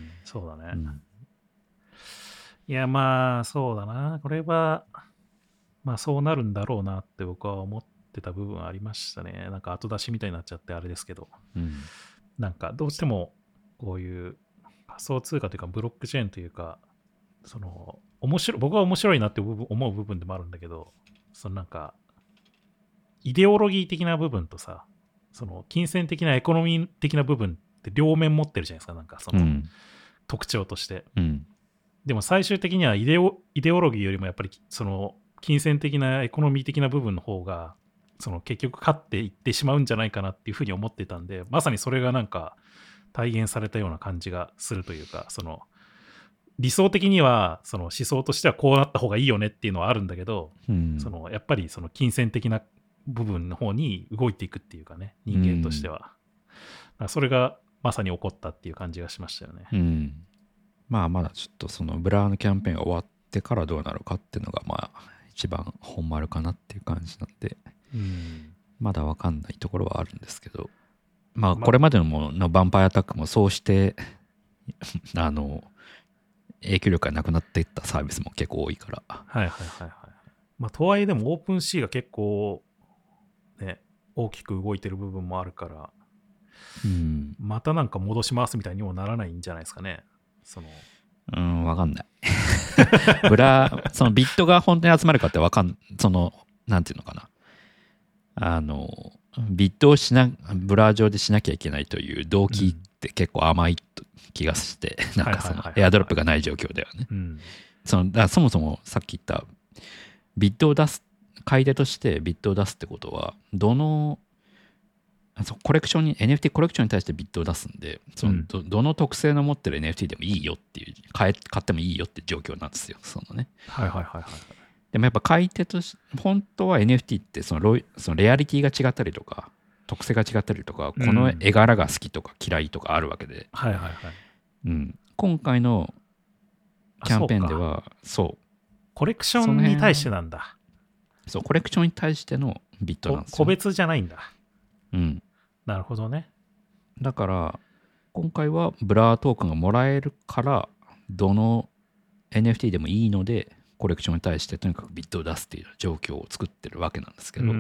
そうだね、うん、いやまあそうだな、これはまあそうなるんだろうなって僕は思ってた部分はありましたね。なんか後出しみたいになっちゃってあれですけど、うん、なんかどうしてもこういう仮想通貨というかブロックチェーンというか、その面白い、僕は面白いなって思う部分でもあるんだけど、そのなんかイデオロギー的な部分とさ、その金銭的なエコノミー的な部分って両面持ってるじゃないですか、なんかその特徴として、うん、でも最終的にはイデオ、イデオロギーよりもやっぱりその金銭的なエコノミー的な部分の方がその結局勝っていってしまうんじゃないかなっていうふうに思ってたんで、まさにそれがなんか体現されたような感じがするというか、その理想的にはその思想としてはこうなった方がいいよねっていうのはあるんだけど、うん、そのやっぱりその金銭的な部分の方に動いていくっていうかね、人間としては、うん、それがまさに起こったっていう感じがしましたよね、 うん、まあまだちょっとそのブラーのキャンペーンが終わってからどうなるかっていうのがまあ一番本丸かなっていう感じなんで、うん、まだ分かんないところはあるんですけど、まあこれまでのものヴァンパイアアタックもそうしてあの影響力がなくなっていったサービスも結構多いから、 はいはいはいはい、まあとはいえでもオープンシーが結構ね大きく動いてる部分もあるから、うん、またなんか戻しますみたいにもならないんじゃないですかね。そのうん分かんないブラそのビットが本当に集まるかって分かんそのなんていうのかな、あのビットをしなブラ上でしなきゃいけないという動機って結構甘い気がして、うん、なんかそのエアドロップがない状況ではね、うん、そのだからそもそもさっき言ったビットを出す買い手としてビットを出すってことはどのコレクションに エヌエフティー コレクションに対してビットを出すんで、その ど, どの特性の持ってる エヌエフティー でもいいよっていう買え買ってもいいよって状況なんですよ。そのね。 はいはいはいはい。 でもやっぱ買い手とし本当は エヌエフティー ってそのロイそのレアリティが違ったりとか特性が違ったりとか、この絵柄が好きとか嫌いとかあるわけで、うん、 はいはいはい。 うん、今回のキャンペーンではそう、 コレクションに対してなんだ。 そうコレクションに対してのビットなんですよ。 個別じゃないんだ。 うん。 なるほどね。 だから今回はブラートークンがもらえるからどの エヌエフティー でもいいのでコレクションに対してとにかくビットを出すっていう状況を作ってるわけなんですけど、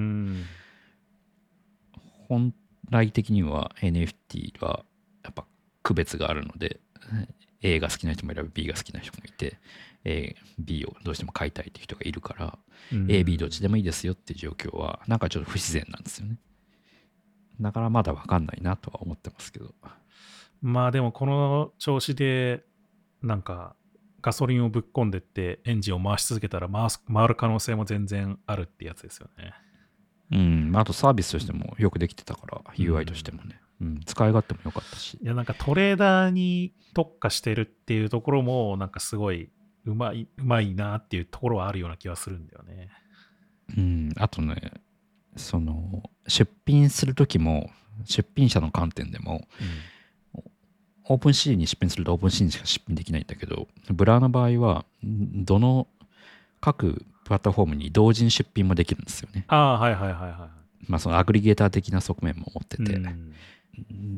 本来的には エヌエフティー はやっぱ区別があるので A が好きな人もいれば B が好きな人もいて A、B をどうしても買いたいっていう人がいるから、A、B どっちでもいいですよっていう状況はなんかちょっと不自然なんですよね。だからまだ分かんないなとは思ってますけど。 まあでもこの調子でなんかガソリンをぶっ込んでってエンジンを回し続けたら回す回る可能性も全然あるってやつですよね。 うん、あとサービスとしてもよくできてたから、うん、ユーアイ としてもね、うん、使い勝手もよかったし。 いやなんかトレーダーに特化してるっていうところもなんかすごいうまい、うまいなっていうところはあるような気はするんだよね。 うん、あとね、その出品するときも出品者の観点でも、うん、オープンシーに出品するとオープンシーにしか出品できないんだけど、ブラーの場合はどの各プラットフォームに同時に出品もできるんですよね。 ああ、はいはいはいはい。 まあそのアグリゲーター的な側面も持ってて、うん、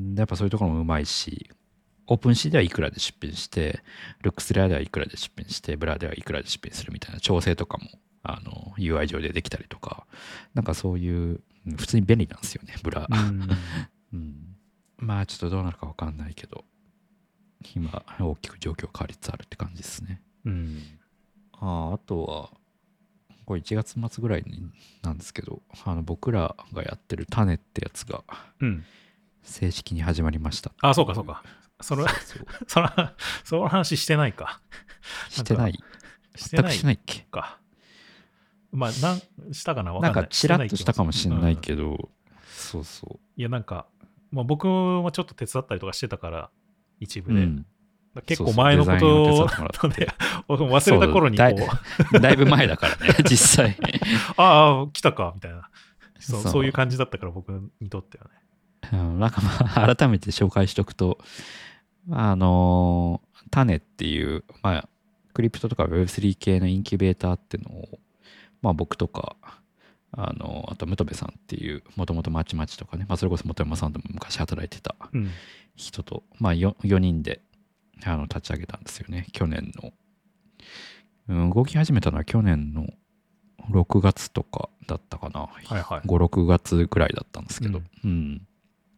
やっぱそういうところもうまいし、オープンシーではいくらで出品して、ルックスレアではいくらで出品して、ブラーではいくらで出品するみたいな調整とかもあの ユーアイ 上でできたりとか、なんかそういう普通に便利なんですよね、ブラー。うんうん、まあちょっとどうなるか分かんないけど、今大きく状況変わりつつあるって感じですね。うん、あ, あとはこれいちがつ末ぐらいになんですけど、あの僕らがやってる種ってやつが正式に始まりました、 うん、あそうかそうかそのそのその話してないかしてない全くしてないっけか。まあなんしたかな分かんない。 なんかチラッとしたかもしれないけど、うん、そうそう。 いやなんか、まあ、僕もちょっと手伝ったりとかしてたから一部で、うん、結構前のことで忘れた頃にこうだ, だいぶ前だからね実際ああ来たかみたいなそう、そういう感じだったから僕にとってはね、 うん、なんかまあ改めて紹介しとくとあの種っていうまあクリプトとか ウェブスリー 系のインキュベーターっていうのをまあ僕とかあのあとムトベさんっていうもともとまちまちとかね、まあ、それこそ本山さんでも昔働いてた人と、うん、まあ 4, 4人であの立ち上げたんですよね去年の、うん、動き始めたのは去年のろくがつとかだったかな、はいはい、ご、ろくがつぐらいだったんですけど、うん、うん、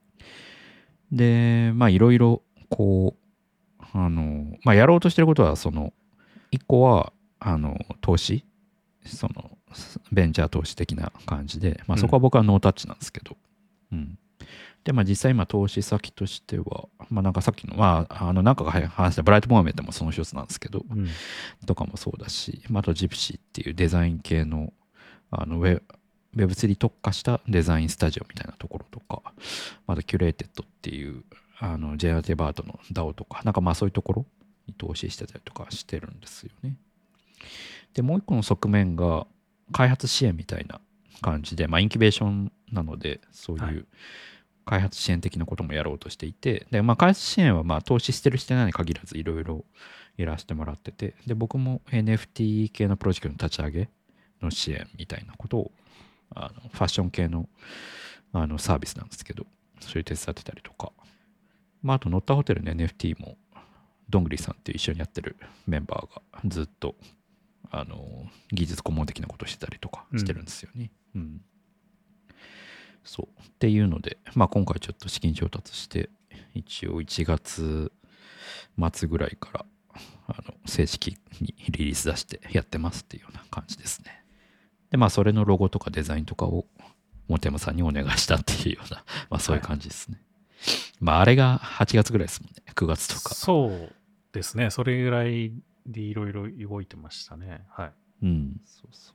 でまあいろいろこうあのまあやろうとしてることはそのいっこはあの投資そのベンチャー投資的な感じで、まあ、そこは僕はノータッチなんですけど、うん、でまあ実際今投資先としてはまあなんかさっきのまああのなんかが話したブライトモーメントもその一つなんですけど、うん、とかもそうだし、まあ、あとジプシーっていうデザイン系のあのウェブスリー特化したデザインスタジオみたいなところとか、またキュレーテッドっていうあのジェネラティブアートの ダオ とかなんかまあそういうところに投資してたりとかしてるんですよね。でもう一個の側面が開発支援みたいな感じで、まあ、インキュベーションなのでそういう開発支援的なこともやろうとしていて、で、まあ、開発支援はまあ投資してるしてないに限らずいろいろやらせてもらってて、で僕も エヌエフティー 系のプロジェクトの立ち上げの支援みたいなことをあのファッション系のあのサービスなんですけど、そういう手伝ってたりとか、まあ、あと乗ったホテルの エヌエフティー もどんぐりさんっていう一緒にやってるメンバーがずっとあの技術顧問的なことをしてたりとかしてるんですよね。うん、うん、そうっていうので、まあ、今回ちょっと資金調達して一応いちがつ末ぐらいからあの正式にリリース出してやってますっていうような感じですね。でまあそれのロゴとかデザインとかをモテマさんにお願いしたっていうような、まあ、そういう感じですね。はい、まああれがはちがつぐらいですもんね、くがつとか。 そうですね、それぐらいでいろいろ動いてましたね。はい。 うん、そうそう。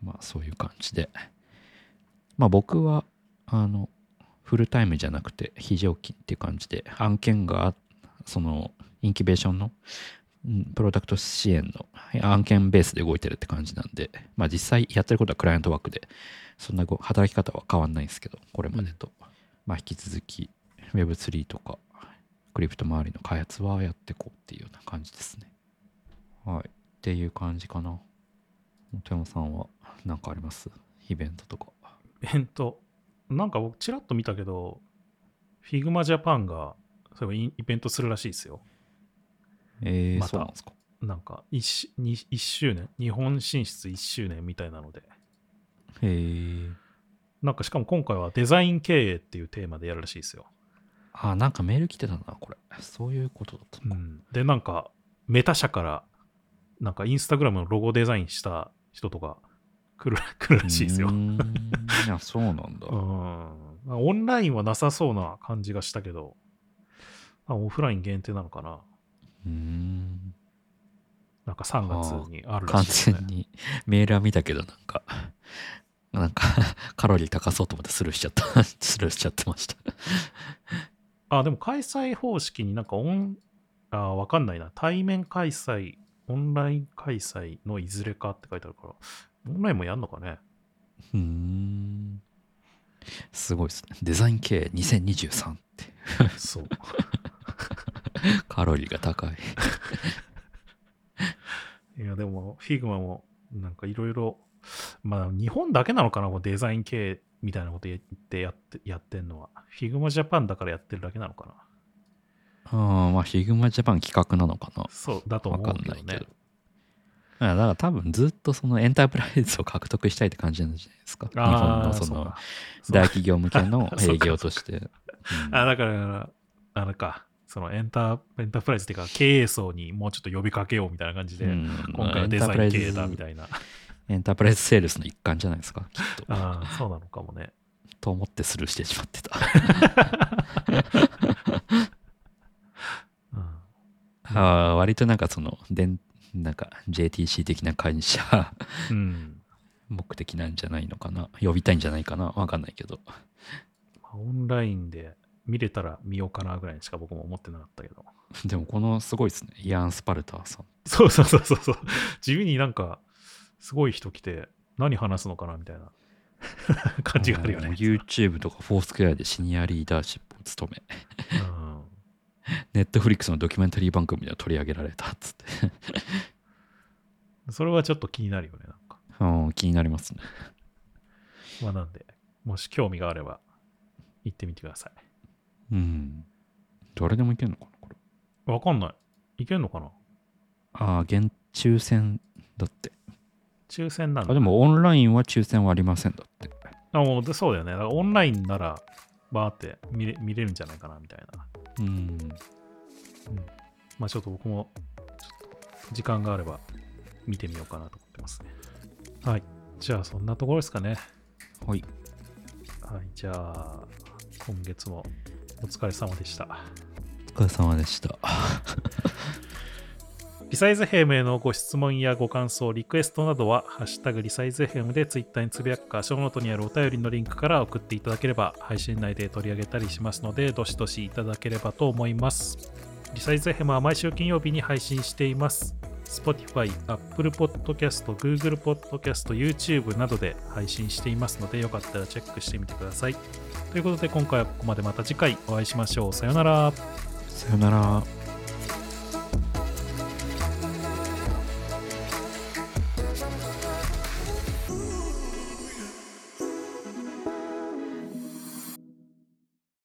まあそういう感じで。まあ僕は、あの、フルタイムじゃなくて非常勤っていう感じで、案件が、その、インキュベーションの、プロダクト支援の案件ベースで動いてるって感じなんで、まあ実際やってることはクライアントワークで、そんな働き方は変わんないんですけど、これまでと。うん、まあ引き続き ウェブスリー とか、クリプト周りの開発はやっていこうっていうような感じですね。はい。っていう感じかな。本山さんは何かあります？イベントとか。 イベント。なんか僕ちらっと見たけど、Figma Japan がそういえばイベントするらしいですよ。 えー、 またそうなんですか。 なんか 1, 1周年、日本進出いっしゅうねんみたいなので。 へえ。 なんかしかも今回はデザイン経営っていうテーマでやるらしいですよ。 あ、なんかメール来てたな、これ。そういうことだったのか。 うん、で、なんかメタ社からなんかインスタグラムのロゴデザインした人とか来る来るらしいですよ。 うーんいや、そうなんだ。 うん。オンラインはなさそうな感じがしたけど、オフライン限定なのかな。 うーん。 なんかさんがつにあるらしいですね。 完全にメールは見たけど、なんか、なんかカロリー高そうと思ってスルーしちゃった。スルーしちゃってました。 あ、でも開催方式になんかオン、あ、わかんないな。対面開催、オンライン開催のいずれかって書いてあるから、オンラインもやんのかね。 うーん。すごいですね。デザイン系にせんにじゅうさんって。 そう。 カロリーが高い。 いや、でも、フィグマも、なんかいろいろ、まあ、日本だけなのかな、デザイン系みたいなこと言ってやってやってんのは。フィグマジャパンだからやってるだけなのかな。 ああ、まあ、フィグマジャパン企画なのかな。 そうだと思うけどね。 わかんないけど。だから多分ずっとそのエンタープライズを獲得したいって感じなんじゃないですか。日本のその大企業向けの営業として。うん、 あ、だから、あれか。そのエンター、エンタープライズっていうか経営層にもうちょっと呼びかけようみたいな感じで、うん、今回はデザイン経営だみたいな。 エンタープライズセールスの一環じゃないですか、きっと。 ああ、そうなのかもね。 と思ってスルーしてしまってた。うん、あ、割となんかその、でんなんか ジェーティーシー 的な会社、うん、目的なんじゃないのかな。呼びたいんじゃないかな。わかんないけど。 オンラインで見れたら見ようかなぐらいにしか僕も思ってなかったけど。 でもこのすごいですね。イアン・スパルターさん。 そうそうそうそう。地味になんかすごい人来て何話すのかなみたいな感じがあるよね。 YouTube とかフォースクエアでシニアリーダーシップを務め、うん、ネットフリックスのドキュメンタリー番組で取り上げられたっつってそれはちょっと気になるよね。なんか、 うん、気になりますね。 まあなんで、もし興味があれば行ってみてください。 うん。誰でも行けるのかなこれ。 わかんない。行けるのかな。 ああ、現抽選だって。 抽選なんだ。 あ、でもオンラインは抽選はありませんだって。 あ、もうそうだよね。だからオンラインならバーって見れ、見れるんじゃないかなみたいな。うん。うん、まあちょっと僕もちょっと時間があれば見てみようかなと思ってますね。はい。じゃあそんなところですかね。 はい。 はい。じゃあ今月もお疲れ様でした。 お疲れ様でした。 リサイズヘムへのご質問やご感想、リクエストなどは、ハッシュタグリサイズヘムでツイッターにつぶやくか、ショーノートにあるお便りのリンクから送っていただければ、配信内で取り上げたりしますので、どしどしいただければと思います。リサイズヘムは毎週金曜日に配信しています。Spotify、Apple Podcast、Google Podcast、YouTube などで配信していますので、よかったらチェックしてみてください。ということで、今回はここまで。また次回お会いしましょう。さよなら。 さよなら。